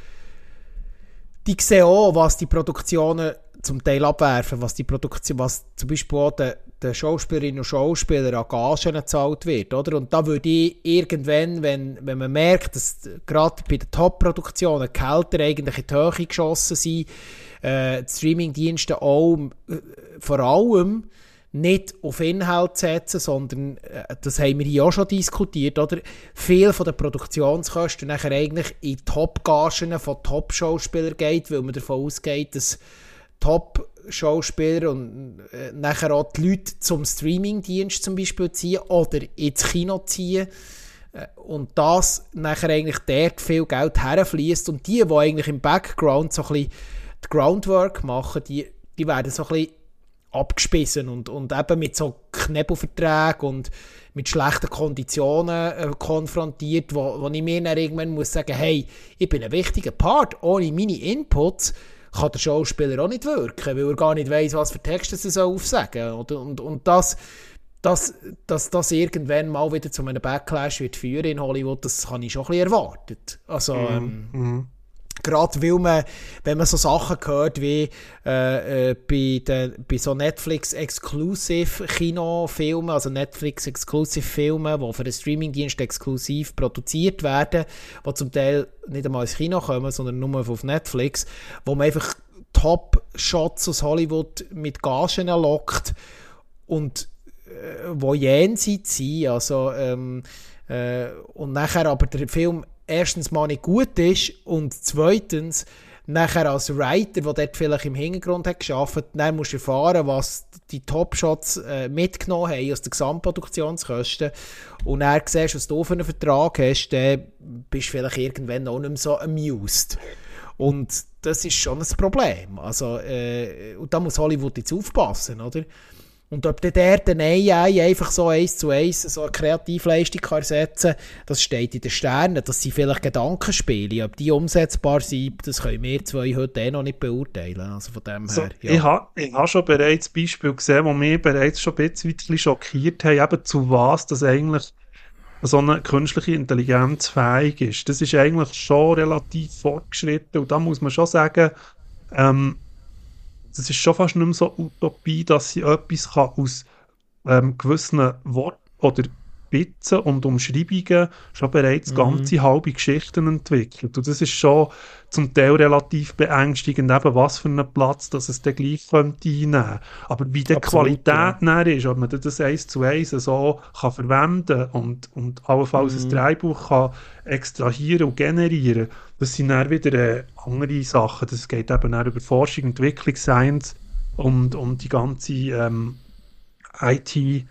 die sehen auch, was die Produktionen zum Teil abwerfen, was die Produktion, was zum Beispiel auch den, den Schauspielerinnen und Schauspielern an Gagen gezahlt wird, oder? Und da würde ich irgendwann, wenn, wenn man merkt, dass gerade bei den Top-Produktionen die Gehälter eigentlich in die Höhe geschossen sind, äh, die Streaming-Dienste auch äh, vor allem nicht auf Inhalt setzen, sondern, äh, das haben wir hier auch schon diskutiert, oder? Viel von den Produktionskosten nachher eigentlich in Top-Gagen von Top-Schauspielern geht, weil man davon ausgeht, dass Top-Schauspieler und äh, nachher auch die Leute zum Streaming-Dienst zum Beispiel ziehen oder ins Kino ziehen äh, und das nachher eigentlich dort viel Geld herfließt und die, die eigentlich im Background so ein bisschen die Groundwork machen, die, die werden so ein bisschen abgespissen und, und eben mit so Knebelverträgen und mit schlechten Konditionen äh, konfrontiert, wo, wo ich mir dann irgendwann muss sagen, hey, ich bin ein wichtiger Part, ohne meine Inputs kann der Schauspieler auch nicht wirken, weil er gar nicht weiss, was für Texte er soll aufsagen soll. Und, und, und das, dass das, das irgendwann mal wieder zu einem Backlash wird führen in Hollywood, das habe ich schon ein bisschen erwartet. Also, ähm, mm. gerade weil man, wenn man so Sachen hört wie äh, äh, bei, den, bei so Netflix-Exclusive-Kinofilmen, also Netflix-Exclusive-Filmen, die für den Streamingdienst exklusiv produziert werden, die zum Teil nicht einmal ins Kino kommen, sondern nur auf Netflix, wo man einfach Top-Shots aus Hollywood mit Gagen lockt und äh, wo jenseits sind, also ähm, äh, und nachher aber der Film erstens mal nicht gut ist und zweitens nachher als Writer, der dort vielleicht im Hintergrund hat gearbeitet, dann musst du erfahren, was die Top-Shots äh, mitgenommen haben aus den Gesamtproduktionskosten und dann siehst, was du für einen Vertrag hast, dann bist du vielleicht irgendwann auch nicht mehr so amused. Und das ist schon ein Problem. Also, äh, und da muss Hollywood jetzt aufpassen, oder? Und ob der der A I einfach so eins zu eins so eine Kreativleistung kann ersetzen kann, das steht in den Sternen. Das sind vielleicht Gedankenspiele. Ob die umsetzbar sind, das können wir zwei heute eh noch nicht beurteilen. Also von dem so, her, ja. Ich habe ich ha schon bereits Beispiele gesehen, die mich bereits schon ein bisschen schockiert haben, eben zu was das eigentlich so eine künstliche Intelligenz fähig ist. Das ist eigentlich schon relativ fortgeschritten und da muss man schon sagen, ähm, das ist schon fast nicht mehr so Utopie, dass sie etwas kann aus ähm, gewissen Worten oder Bitzen und Umschreibungen schon bereits Mhm. ganze halbe Geschichten entwickelt. Und das ist schon zum Teil relativ beängstigend, eben was für einen Platz dass es dann gleich könnte einnehmen. Aber wie die Absolut, Qualität dann ist, ob man das eins zu eins so kann verwenden und, und allenfalls Mhm. ein Drehbuch kann extrahieren und generieren, das sind dann wieder äh, andere Sachen. Das geht eben dann über Forschung, Entwicklung, Science und, und die ganze ähm, I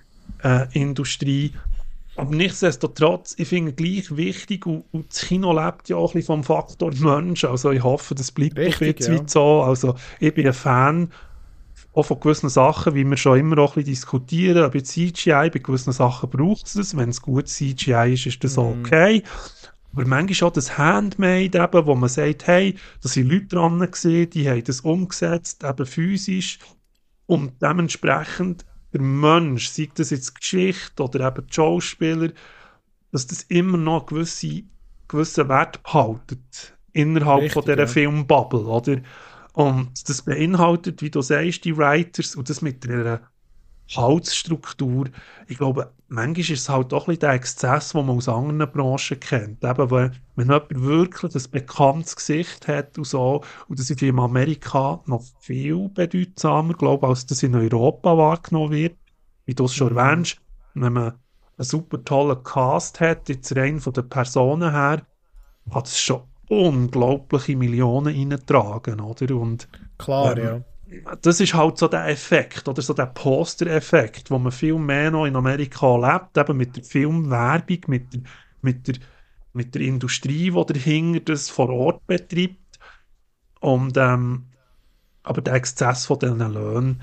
T-Industrie. Aber nichtsdestotrotz, ich finde gleich wichtig, und, und das Kino lebt ja auch ein bisschen vom Faktor Mensch, also ich hoffe, das bleibt Richtig, ein bisschen ja. weit so. Also ich bin ein Fan auch von gewissen Sachen, wie wir schon immer auch ein bisschen diskutieren, aber bei C G I, bei gewissen Sachen braucht es das, wenn es gut C G I ist, ist das Mhm. okay. Aber manchmal auch das Handmade, eben, wo man sagt, hey, da sind Leute dran gewesen, die haben das umgesetzt, eben physisch, und dementsprechend der Mensch, sei das jetzt die Geschichte oder eben die Schauspieler, dass das immer noch gewisse, gewissen Wert behaltet innerhalb Richtig, von dieser ja. Filmbubble, oder? Und das beinhaltet, wie du sagst, die Writers und das mit einer Halsstruktur. Ich glaube, manchmal ist es halt auch ein bisschen der Exzess, den man aus anderen Branchen kennt. Eben, wenn, wenn jemand wirklich ein bekanntes Gesicht hat und so, und das ist in Amerika noch viel bedeutsamer, glaube ich, als das in Europa wahrgenommen wird. Wie du es schon Mhm. erwähnst, wenn man einen super tollen Cast hat, jetzt rein von den Personen her, hat es schon unglaubliche Millionen reingetragen, oder? Und Klar, ähm, ja. das ist halt so der Effekt, oder so der Poster-Effekt, wo man viel mehr noch in Amerika lebt, eben mit der Filmwerbung, mit der, mit der, mit der Industrie, die dahinter das vor Ort betreibt. Und, ähm, aber der Exzess von diesen Löhnen,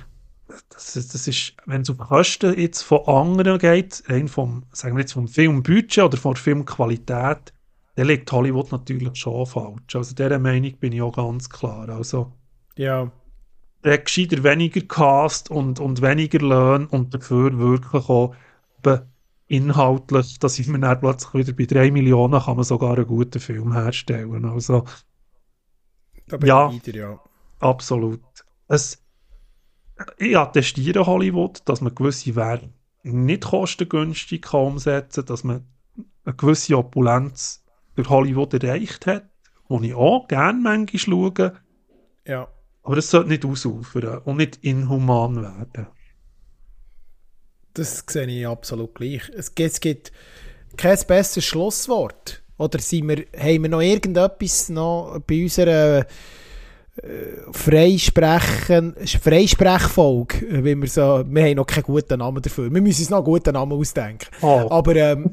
das, das ist, wenn es um Kosten jetzt von anderen geht, rein vom, sagen wir jetzt vom Filmbudget oder von der Filmqualität, dann liegt Hollywood natürlich schon falsch. Also dieser Meinung bin ich auch ganz klar. Also, ja. Der gescheiter weniger Cast und, und weniger Löhne und dafür wirklich auch inhaltlich, dass ich mir dann plötzlich wieder bei drei Millionen kann man sogar einen guten Film herstellen. Also, da bin ja, ich wieder, ja. Absolut. Es, ich attestiere Hollywood, dass man gewisse Werte nicht kostengünstig kann umsetzen kann, dass man eine gewisse Opulenz durch Hollywood erreicht hat, die ich auch gerne manchmal schaue. Ja. Aber das sollte nicht ausufern und nicht inhuman werden. Das sehe ich absolut gleich. Es gibt, es gibt kein besseres Schlusswort. Oder sind wir, haben wir noch irgendetwas noch bei unserer äh, Freisprechen, Freisprechfolge? Wie wir, so, wir haben noch keinen guten Namen dafür. Wir müssen uns noch einen guten Namen ausdenken. Oh. Aber ähm,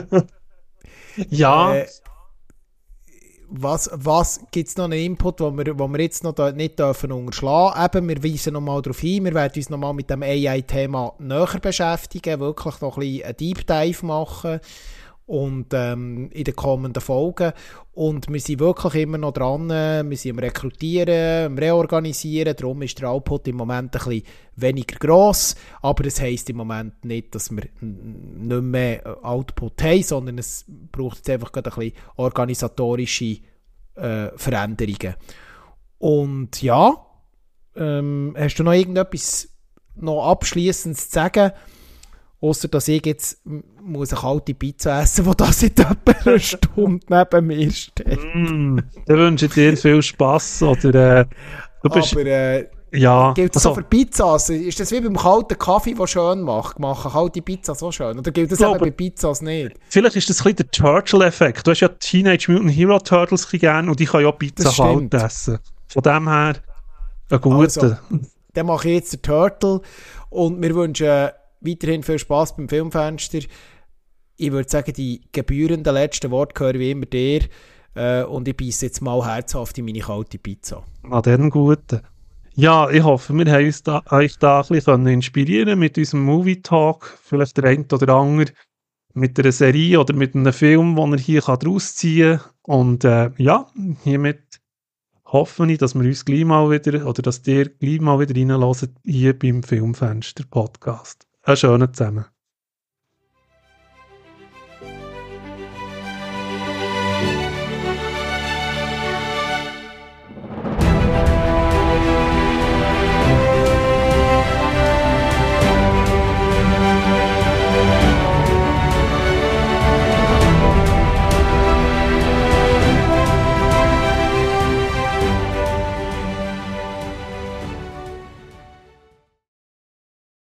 ja. Äh, was was gibt es noch einen Input, wo wir, wo wir jetzt noch da nicht dürfen unterschlagen dürfen? Wir weisen noch mal darauf hin, wir werden uns noch mal mit dem A I-Thema näher beschäftigen, wirklich noch ein bisschen einen Deep Dive machen und ähm, in den kommenden Folgen. Und wir sind wirklich immer noch dran, wir sind am Rekrutieren, am Reorganisieren, darum ist der Output im Moment ein bisschen weniger gross, aber das heisst im Moment nicht, dass wir nicht mehr Output haben, sondern es braucht jetzt einfach gerade ein bisschen organisatorische äh, Veränderungen. Und ja, ähm, hast du noch irgendetwas noch Abschliessendes zu sagen? Ausser dass ich jetzt muss eine kalte Pizza essen, die da seit etwa einer Stunde neben mir steht. Mm, dann wünsche ich dir viel Spass. Oder, äh, du bist, Aber äh, ja, gilt das also, so für Pizzas? Ist das wie beim kalten Kaffee, der schön macht? Machen kalte Pizza so schön? Oder gilt das glaube, eben bei Pizzas nicht? Vielleicht ist das ein bisschen der Churchill-Effekt. Du hast ja Teenage Mutant Hero Turtles gerne und ich kann ja Pizza kalt essen. Von dem her ein guter. Also, dann mache ich jetzt den Turtle und wir wünschen weiterhin viel Spass beim Filmfenster. Ich würde sagen, die gebührenden letzten Worte gehören wie immer dir. Äh, und ich beiße jetzt mal herzhaft in meine kalte Pizza. Ah, den guten. Ja, ich hoffe, wir haben uns da, euch da ein bisschen inspirieren mit unserem Movie Talk. Vielleicht der eine oder andere mit einer Serie oder mit einem Film, den er hier daraus ziehen kann. Und äh, ja, hiermit hoffe ich, dass wir uns gleich mal wieder, oder dass ihr gleich mal wieder reinhört hier beim Filmfenster Podcast. Einen schönen zusammen.